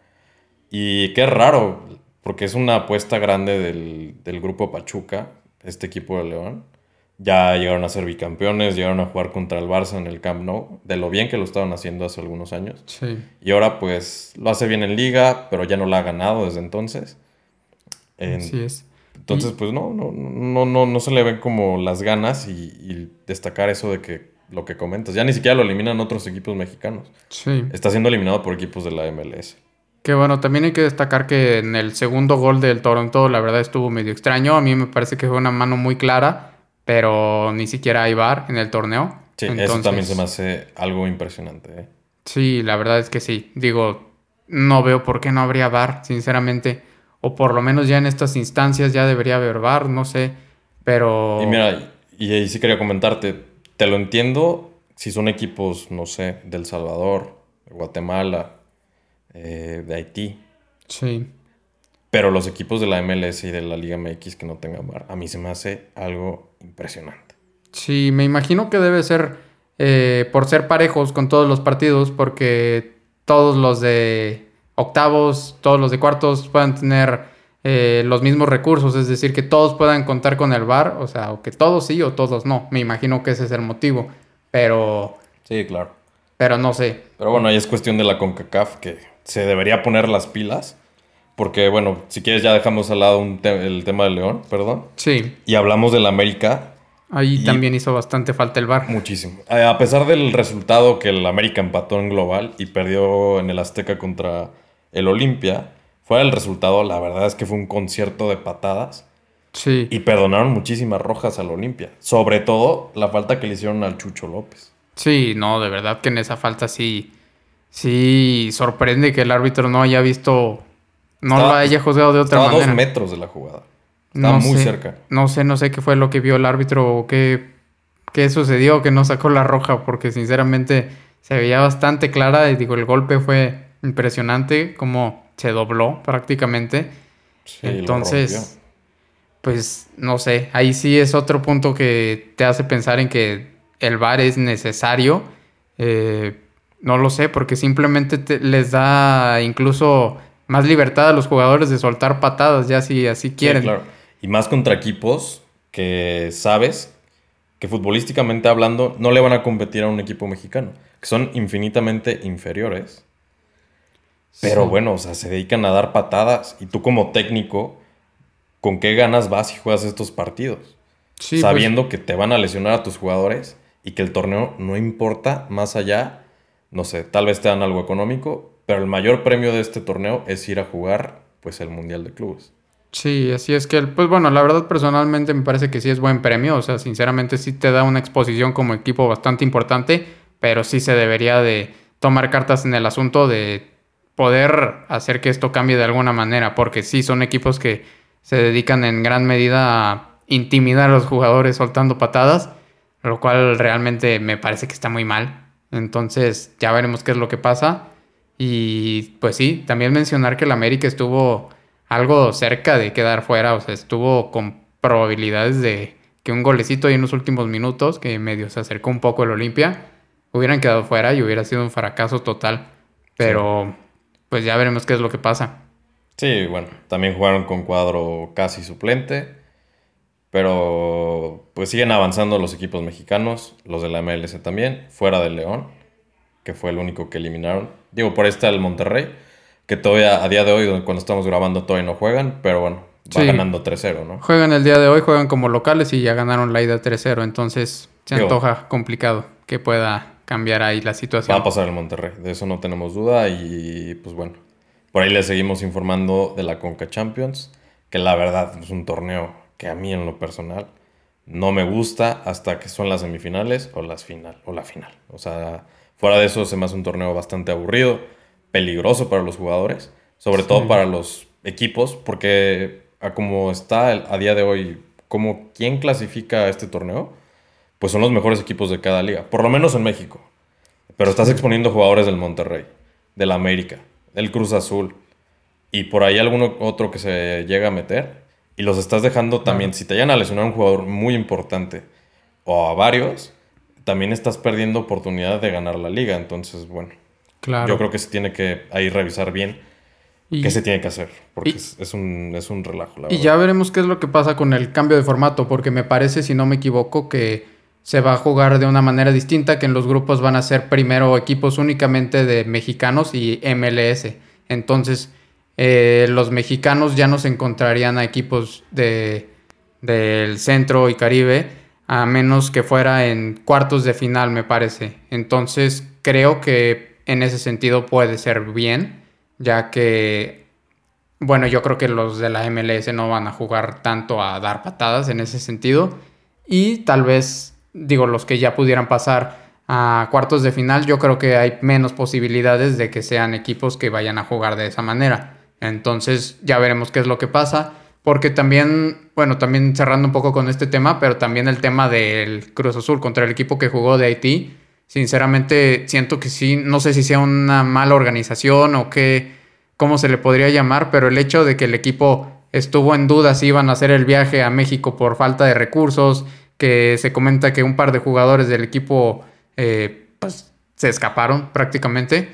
Y qué raro, porque es una apuesta grande del, del grupo Pachuca, este equipo de León. Ya llegaron a ser bicampeones, llegaron a jugar contra el Barça en el Camp Nou, de lo bien que lo estaban haciendo hace algunos años. Sí. Y ahora pues lo hace bien en liga, pero ya no la ha ganado desde entonces. En- Así es. entonces Y- pues no, no, no, no, no se le ven como las ganas y, y destacar eso de que lo que comentas. Ya ni siquiera lo eliminan otros equipos mexicanos. Sí. Está siendo eliminado por equipos de la M L S. Que bueno, también hay que destacar que en el segundo gol del Toronto la verdad estuvo medio extraño. A mí me parece que fue una mano muy clara, pero ni siquiera hay V A R en el torneo. Sí, eso Entonces, también se me hace algo impresionante, ¿eh? sí, la verdad es que sí. Digo, no veo por qué no habría V A R, sinceramente. O por lo menos ya en estas instancias ya debería haber V A R, no sé. Pero Y mira, y ahí sí quería comentarte, te lo entiendo si son equipos, no sé, de El Salvador, de Guatemala, eh, de Haití, sí, pero los equipos de la M L S y de la Liga M X que no tengan V A R, a mí se me hace algo impresionante. sí, me imagino que debe ser eh, por ser parejos con todos los partidos, porque todos los de octavos, todos los de cuartos puedan tener eh, los mismos recursos, es decir, que todos puedan contar con el V A R, o sea, o que todos sí o todos no. Me imagino que ese es el motivo, pero, Sí, claro. pero no sé. Pero bueno, ahí es cuestión de la CONCACAF que se debería poner las pilas, porque bueno, si quieres ya dejamos al lado un te- el tema de León, perdón, Sí, y hablamos del América. ahí Y- también hizo bastante falta el V A R. Muchísimo. Eh, A pesar del resultado que el América empató en global y perdió en el Azteca contra el Olimpia, fuera el resultado, la verdad es que fue un concierto de patadas. Sí. Y perdonaron muchísimas rojas al Olimpia. Sobre todo la falta que le hicieron al Chucho López. Sí, no, de verdad que en esa falta sí, sí sorprende que el árbitro no haya visto, no lo Estaba, haya juzgado de otra estaba a dos manera. metros de la jugada. Estaba No muy sé, cerca. no sé, no sé qué fue lo que vio el árbitro o qué, qué sucedió, que no sacó la roja, porque sinceramente se veía bastante clara y digo, el golpe fue impresionante, como se dobló prácticamente. Sí, lo rompió. Entonces, pues no sé, ahí sí es otro punto que te hace pensar en que el V A R es necesario. Eh, no lo sé, porque simplemente te- les da incluso más libertad a los jugadores de soltar patadas, ya si así Sí, quieren. claro. Y más contra equipos que sabes que futbolísticamente hablando no le van a competir a un equipo mexicano. Que son infinitamente inferiores. Pero Sí, bueno, o sea, se dedican a dar patadas. Y tú como técnico, ¿con qué ganas vas y juegas estos partidos? sí, pues Sabiendo que te van a lesionar a tus jugadores y que el torneo no importa más allá, no sé, tal vez te dan algo económico, pero el mayor premio de este torneo es ir a jugar pues el Mundial de Clubes. sí, así es que, el- pues bueno, la verdad personalmente me parece que sí es buen premio, o sea, sinceramente sí te da una exposición como equipo bastante importante, pero sí se debería de tomar cartas en el asunto de poder hacer que esto cambie de alguna manera, porque sí son equipos que se dedican en gran medida a intimidar a los jugadores soltando patadas, lo cual realmente me parece que está muy mal. Entonces, ya veremos qué es lo que pasa. Y pues sí, también mencionar que el América estuvo algo cerca de quedar fuera, o sea, estuvo con probabilidades de que un golecito ahí en los últimos minutos, que medio se acercó un poco el Olimpia, hubieran quedado fuera y hubiera sido un fracaso total. Sí. Pero pues ya veremos qué es lo que pasa. Sí, bueno, también jugaron con cuadro casi suplente, pero pues siguen avanzando los equipos mexicanos, los de la M L S también, fuera del León, que fue el único que eliminaron. Digo, por ahí está el Monterrey, que todavía a día de hoy, cuando estamos grabando, todavía no juegan, pero bueno, va Sí, ganando tres cero, ¿no? juegan el día de hoy, juegan como locales y ya ganaron la ida tres cero, entonces se Digo, antoja complicado que pueda cambiar ahí la va a situación. pasar el Monterrey, de eso no tenemos duda y pues bueno, por ahí les seguimos informando de la Conca Champions, que la verdad es un torneo que a mí en lo personal no me gusta hasta que son las semifinales o las final o la final. O sea, fuera de eso se me hace un torneo bastante aburrido, peligroso para los jugadores, sobre todo Sí, para los equipos, porque a como está el- a día de hoy, como quién clasifica a este torneo, pues son los mejores equipos de cada liga, por lo menos en México. Pero estás sí, exponiendo jugadores del Monterrey, del América, del Cruz Azul y por ahí alguno otro que se llega a meter y los estás dejando también, claro. si te llegan a lesionar a un jugador muy importante o a varios, también estás perdiendo oportunidad de ganar la liga. Entonces, bueno, yo Claro. creo que se tiene que ahí revisar bien qué se Y, tiene que hacer, porque y, es, es un, es un relajo, la y verdad. ya veremos qué es lo que pasa con el cambio de formato, porque me parece, si no me equivoco, que se va a jugar de una manera distinta, que en los grupos van a ser primero equipos únicamente de mexicanos y M L S. Entonces, eh, los mexicanos ya no se encontrarían a equipos de, del centro y Caribe, a menos que fuera en cuartos de final, me parece. Entonces, creo que en ese sentido puede ser bien, ya que bueno, yo creo que los de la M L S no van a jugar tanto a dar patadas en ese sentido. Y tal vez, digo, los que ya pudieran pasar a cuartos de final, yo creo que hay menos posibilidades de que sean equipos que vayan a jugar de esa manera. Entonces ya veremos qué es lo que pasa. Porque también, bueno, también cerrando un poco con este tema, pero también el tema del Cruz Azul contra el equipo que jugó de Haití. Sinceramente, siento que sí, no sé si sea una mala organización o qué cómo se le podría llamar, pero el hecho de que el equipo estuvo en duda si iban a hacer el viaje a México por falta de recursos, que se comenta que un par de jugadores del equipo eh, pues, se escaparon prácticamente,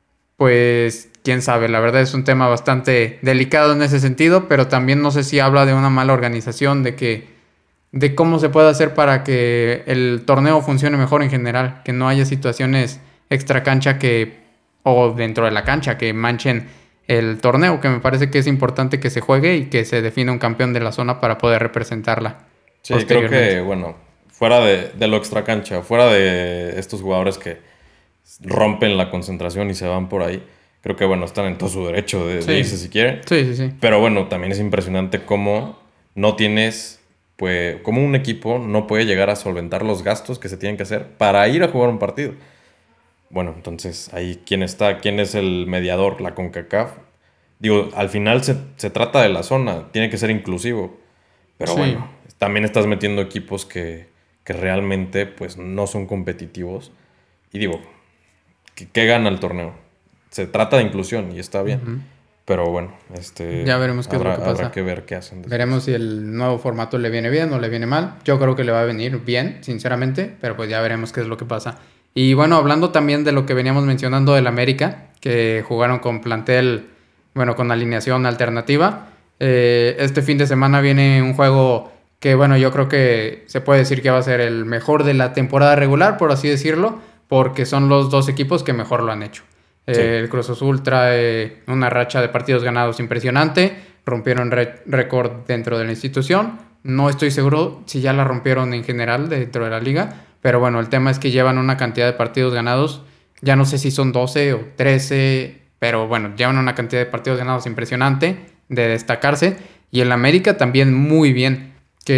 pues quién sabe, la verdad es un tema bastante delicado en ese sentido, pero también no sé si habla de una mala organización, de que de cómo se puede hacer para que el torneo funcione mejor en general, que no haya situaciones extra cancha que o dentro de la cancha que manchen el torneo, que me parece que es importante que se juegue y que se defina un campeón de la zona para poder representarla Sí, creo posteriormente. que, bueno, fuera de, de lo extracancha, fuera de estos jugadores que rompen la concentración y se van por ahí. Creo que, bueno, están en todo su derecho de, Sí. de irse si quieren. Sí, sí, sí. Pero bueno, también es impresionante cómo no tienes, pues, cómo un equipo no puede llegar a solventar los gastos que se tienen que hacer para ir a jugar un partido. Bueno, entonces, ahí, ¿quién está? ¿Quién es el mediador? La CONCACAF. Digo, al final se, se trata de la zona, tiene que ser inclusivo. Pero Sí. bueno, también estás metiendo equipos que, que realmente, pues, no son competitivos. Y digo, ¿qué, qué gana el torneo? Se trata de inclusión y está bien. Ujú. Pero bueno, este, Ya veremos qué habrá, es lo que pasa. habrá que ver qué hacen después. Veremos si el nuevo formato le viene bien o le viene mal. Yo creo que le va a venir bien, sinceramente, pero pues ya veremos qué es lo que pasa. Y bueno, hablando también de lo que veníamos mencionando del América, que jugaron con plantel, bueno, con alineación alternativa. Eh, este fin de semana viene un juego que, bueno, yo creo que se puede decir que va a ser el mejor de la temporada regular, por así decirlo, porque son los dos equipos que mejor lo han hecho. Sí. Eh, el Cruz Azul trae una racha de partidos ganados impresionante, rompieron re- récord dentro de la institución. No estoy seguro si ya la rompieron en general dentro de la liga, pero bueno, el tema es que llevan una cantidad de partidos ganados. Ya no sé si son doce o trece, pero bueno, llevan una cantidad de partidos ganados impresionante, de destacarse. Y el América también muy bien,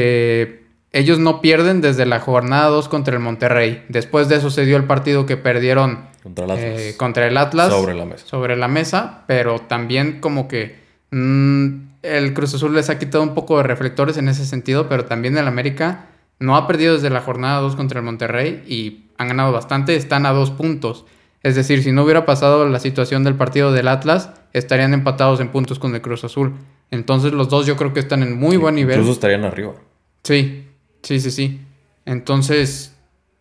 que ellos no pierden desde la jornada dos contra el Monterrey. Después de eso se dio el partido que perdieron Contra el Atlas. eh, contra el Atlas. Sobre la mesa. Sobre la mesa, pero también como que mmm, el Cruz Azul les ha quitado un poco de reflectores en ese sentido, pero también el América no ha perdido desde la jornada dos contra el Monterrey y han ganado bastante, están a dos puntos. Es decir, si no hubiera pasado la situación del partido del Atlas, estarían empatados en puntos con el Cruz Azul. Entonces los dos yo creo que están en muy buen nivel. Incluso estarían arriba. Sí, sí, sí, sí. Entonces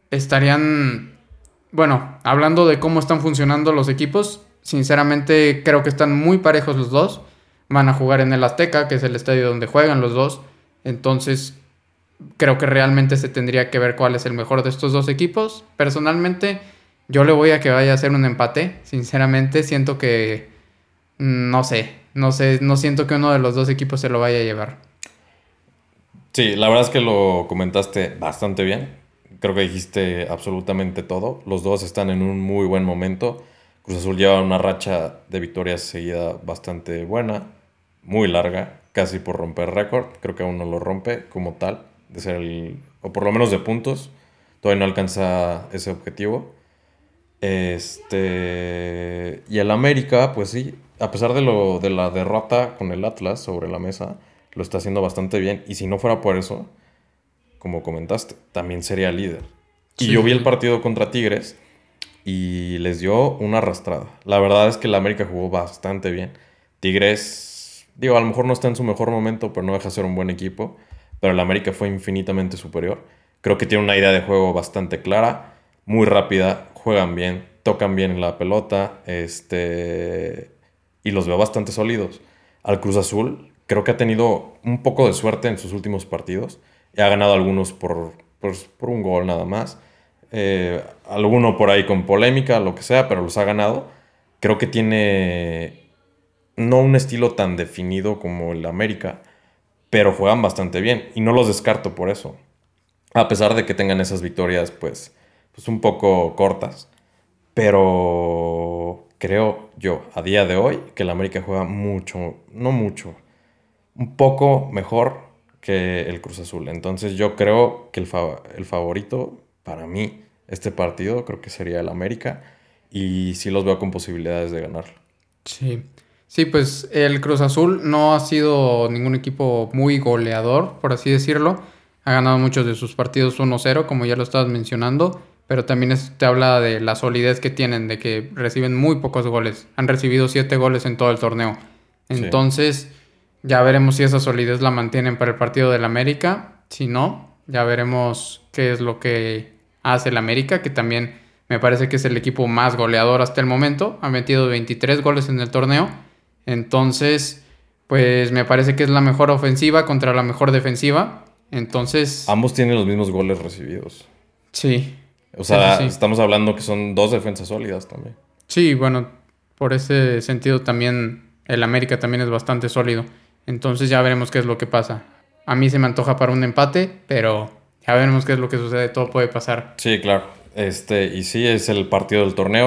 estarían, bueno, hablando de cómo están funcionando los equipos, sinceramente creo que están muy parejos los dos. Van a jugar en el Azteca, que es el estadio donde juegan los dos. Entonces creo que realmente se tendría que ver cuál es el mejor de estos dos equipos. Personalmente, yo le voy a que vaya a ser un empate. Sinceramente, siento que no sé, no sé, no siento que uno de los dos equipos se lo vaya a llevar. Sí, la verdad es que lo comentaste bastante bien. Creo que dijiste absolutamente todo. Los dos están en un muy buen momento. Cruz Azul lleva una racha de victorias seguida bastante buena, muy larga, casi por romper récord. Creo que aún no lo rompe como tal, de ser el, o por lo menos de puntos. Todavía no alcanza ese objetivo. Este, y el América, pues sí, a pesar de, lo, de la derrota con el Atlas sobre la mesa, lo está haciendo bastante bien. Y si no fuera por eso, como comentaste, también sería líder. Y Sí. yo vi el partido contra Tigres y les dio una arrastrada. La verdad es que el América jugó bastante bien. Tigres, digo, a lo mejor no está en su mejor momento, pero no deja de ser un buen equipo. Pero el América fue infinitamente superior. Creo que tiene una idea de juego bastante clara, muy rápida, juegan bien, tocan bien la pelota, este, y los veo bastante sólidos. Al Cruz Azul, creo que ha tenido un poco de suerte en sus últimos partidos. Y ha ganado algunos por, por, por un gol nada más. Eh, alguno por ahí con polémica, lo que sea, pero los ha ganado. Creo que tiene no un estilo tan definido como el América, pero juegan bastante bien y no los descarto por eso. A pesar de que tengan esas victorias, pues, pues un poco cortas. Pero creo yo, a día de hoy, que el América juega mucho, no mucho, un poco mejor que el Cruz Azul. Entonces yo creo que el, fa- el favorito para mí este partido creo que sería el América y sí los veo con posibilidades de ganarlo. Sí. Sí, pues el Cruz Azul no ha sido ningún equipo muy goleador, por así decirlo. Ha ganado muchos de sus partidos uno cero, como ya lo estabas mencionando, pero también es- te habla de la solidez que tienen, de que reciben muy pocos goles. Han recibido siete goles en todo el torneo. Sí. Entonces, ya veremos si esa solidez la mantienen para el partido del América. Si no, ya veremos qué es lo que hace el América, que también me parece que es el equipo más goleador hasta el momento. Ha metido veintitrés goles en el torneo. Entonces, pues me parece que es la mejor ofensiva contra la mejor defensiva. Entonces, Ambos tienen los mismos goles recibidos. sí. O sea, Sí, sí, sí. estamos hablando que son dos defensas sólidas también. Sí, bueno, por ese sentido también el América también es bastante sólido. Entonces ya veremos qué es lo que pasa. A mí se me antoja para un empate, pero ya veremos qué es lo que sucede. Todo puede pasar. Sí, claro. Este, y sí, es el partido del torneo.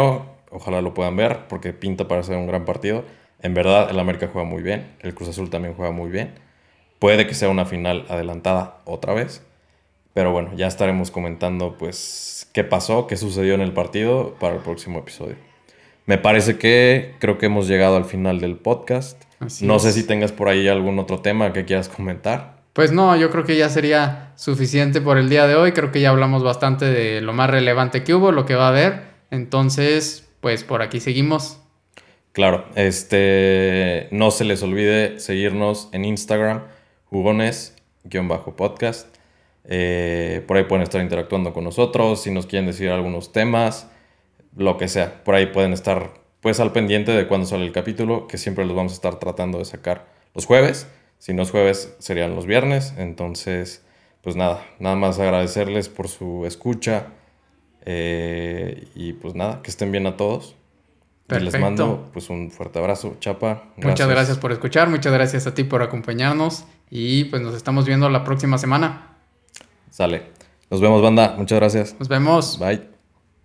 ojalá lo puedan ver porque pinta para ser un gran partido. En verdad, el América juega muy bien, el Cruz Azul también juega muy bien. Puede que sea una final adelantada otra vez, pero bueno, ya estaremos comentando pues qué pasó, qué sucedió en el partido para el próximo episodio. Me parece que creo que hemos llegado al final del podcast. Así no es. sé si tengas por ahí algún otro tema que quieras comentar. Pues no, yo creo que ya sería suficiente por el día de hoy. Creo que ya hablamos bastante de lo más relevante que hubo, lo que va a haber. Entonces, pues por aquí seguimos. Claro, este, no se les olvide seguirnos en Instagram, jugones-podcast. Eh, por ahí pueden estar interactuando con nosotros, si nos quieren decir algunos temas, lo que sea. Por ahí pueden estar pues al pendiente de cuándo sale el capítulo, que siempre los vamos a estar tratando de sacar los jueves. Si no es jueves, serían los viernes. Entonces, pues nada, nada más agradecerles por su escucha. Eh, y pues nada, que estén bien a todos. Perfecto. Y les mando pues un fuerte abrazo, Chapa. Gracias. Muchas gracias por escuchar, muchas gracias a ti por acompañarnos y pues nos estamos viendo la próxima semana. Sale. Nos vemos, banda. Muchas gracias. Nos vemos. Bye.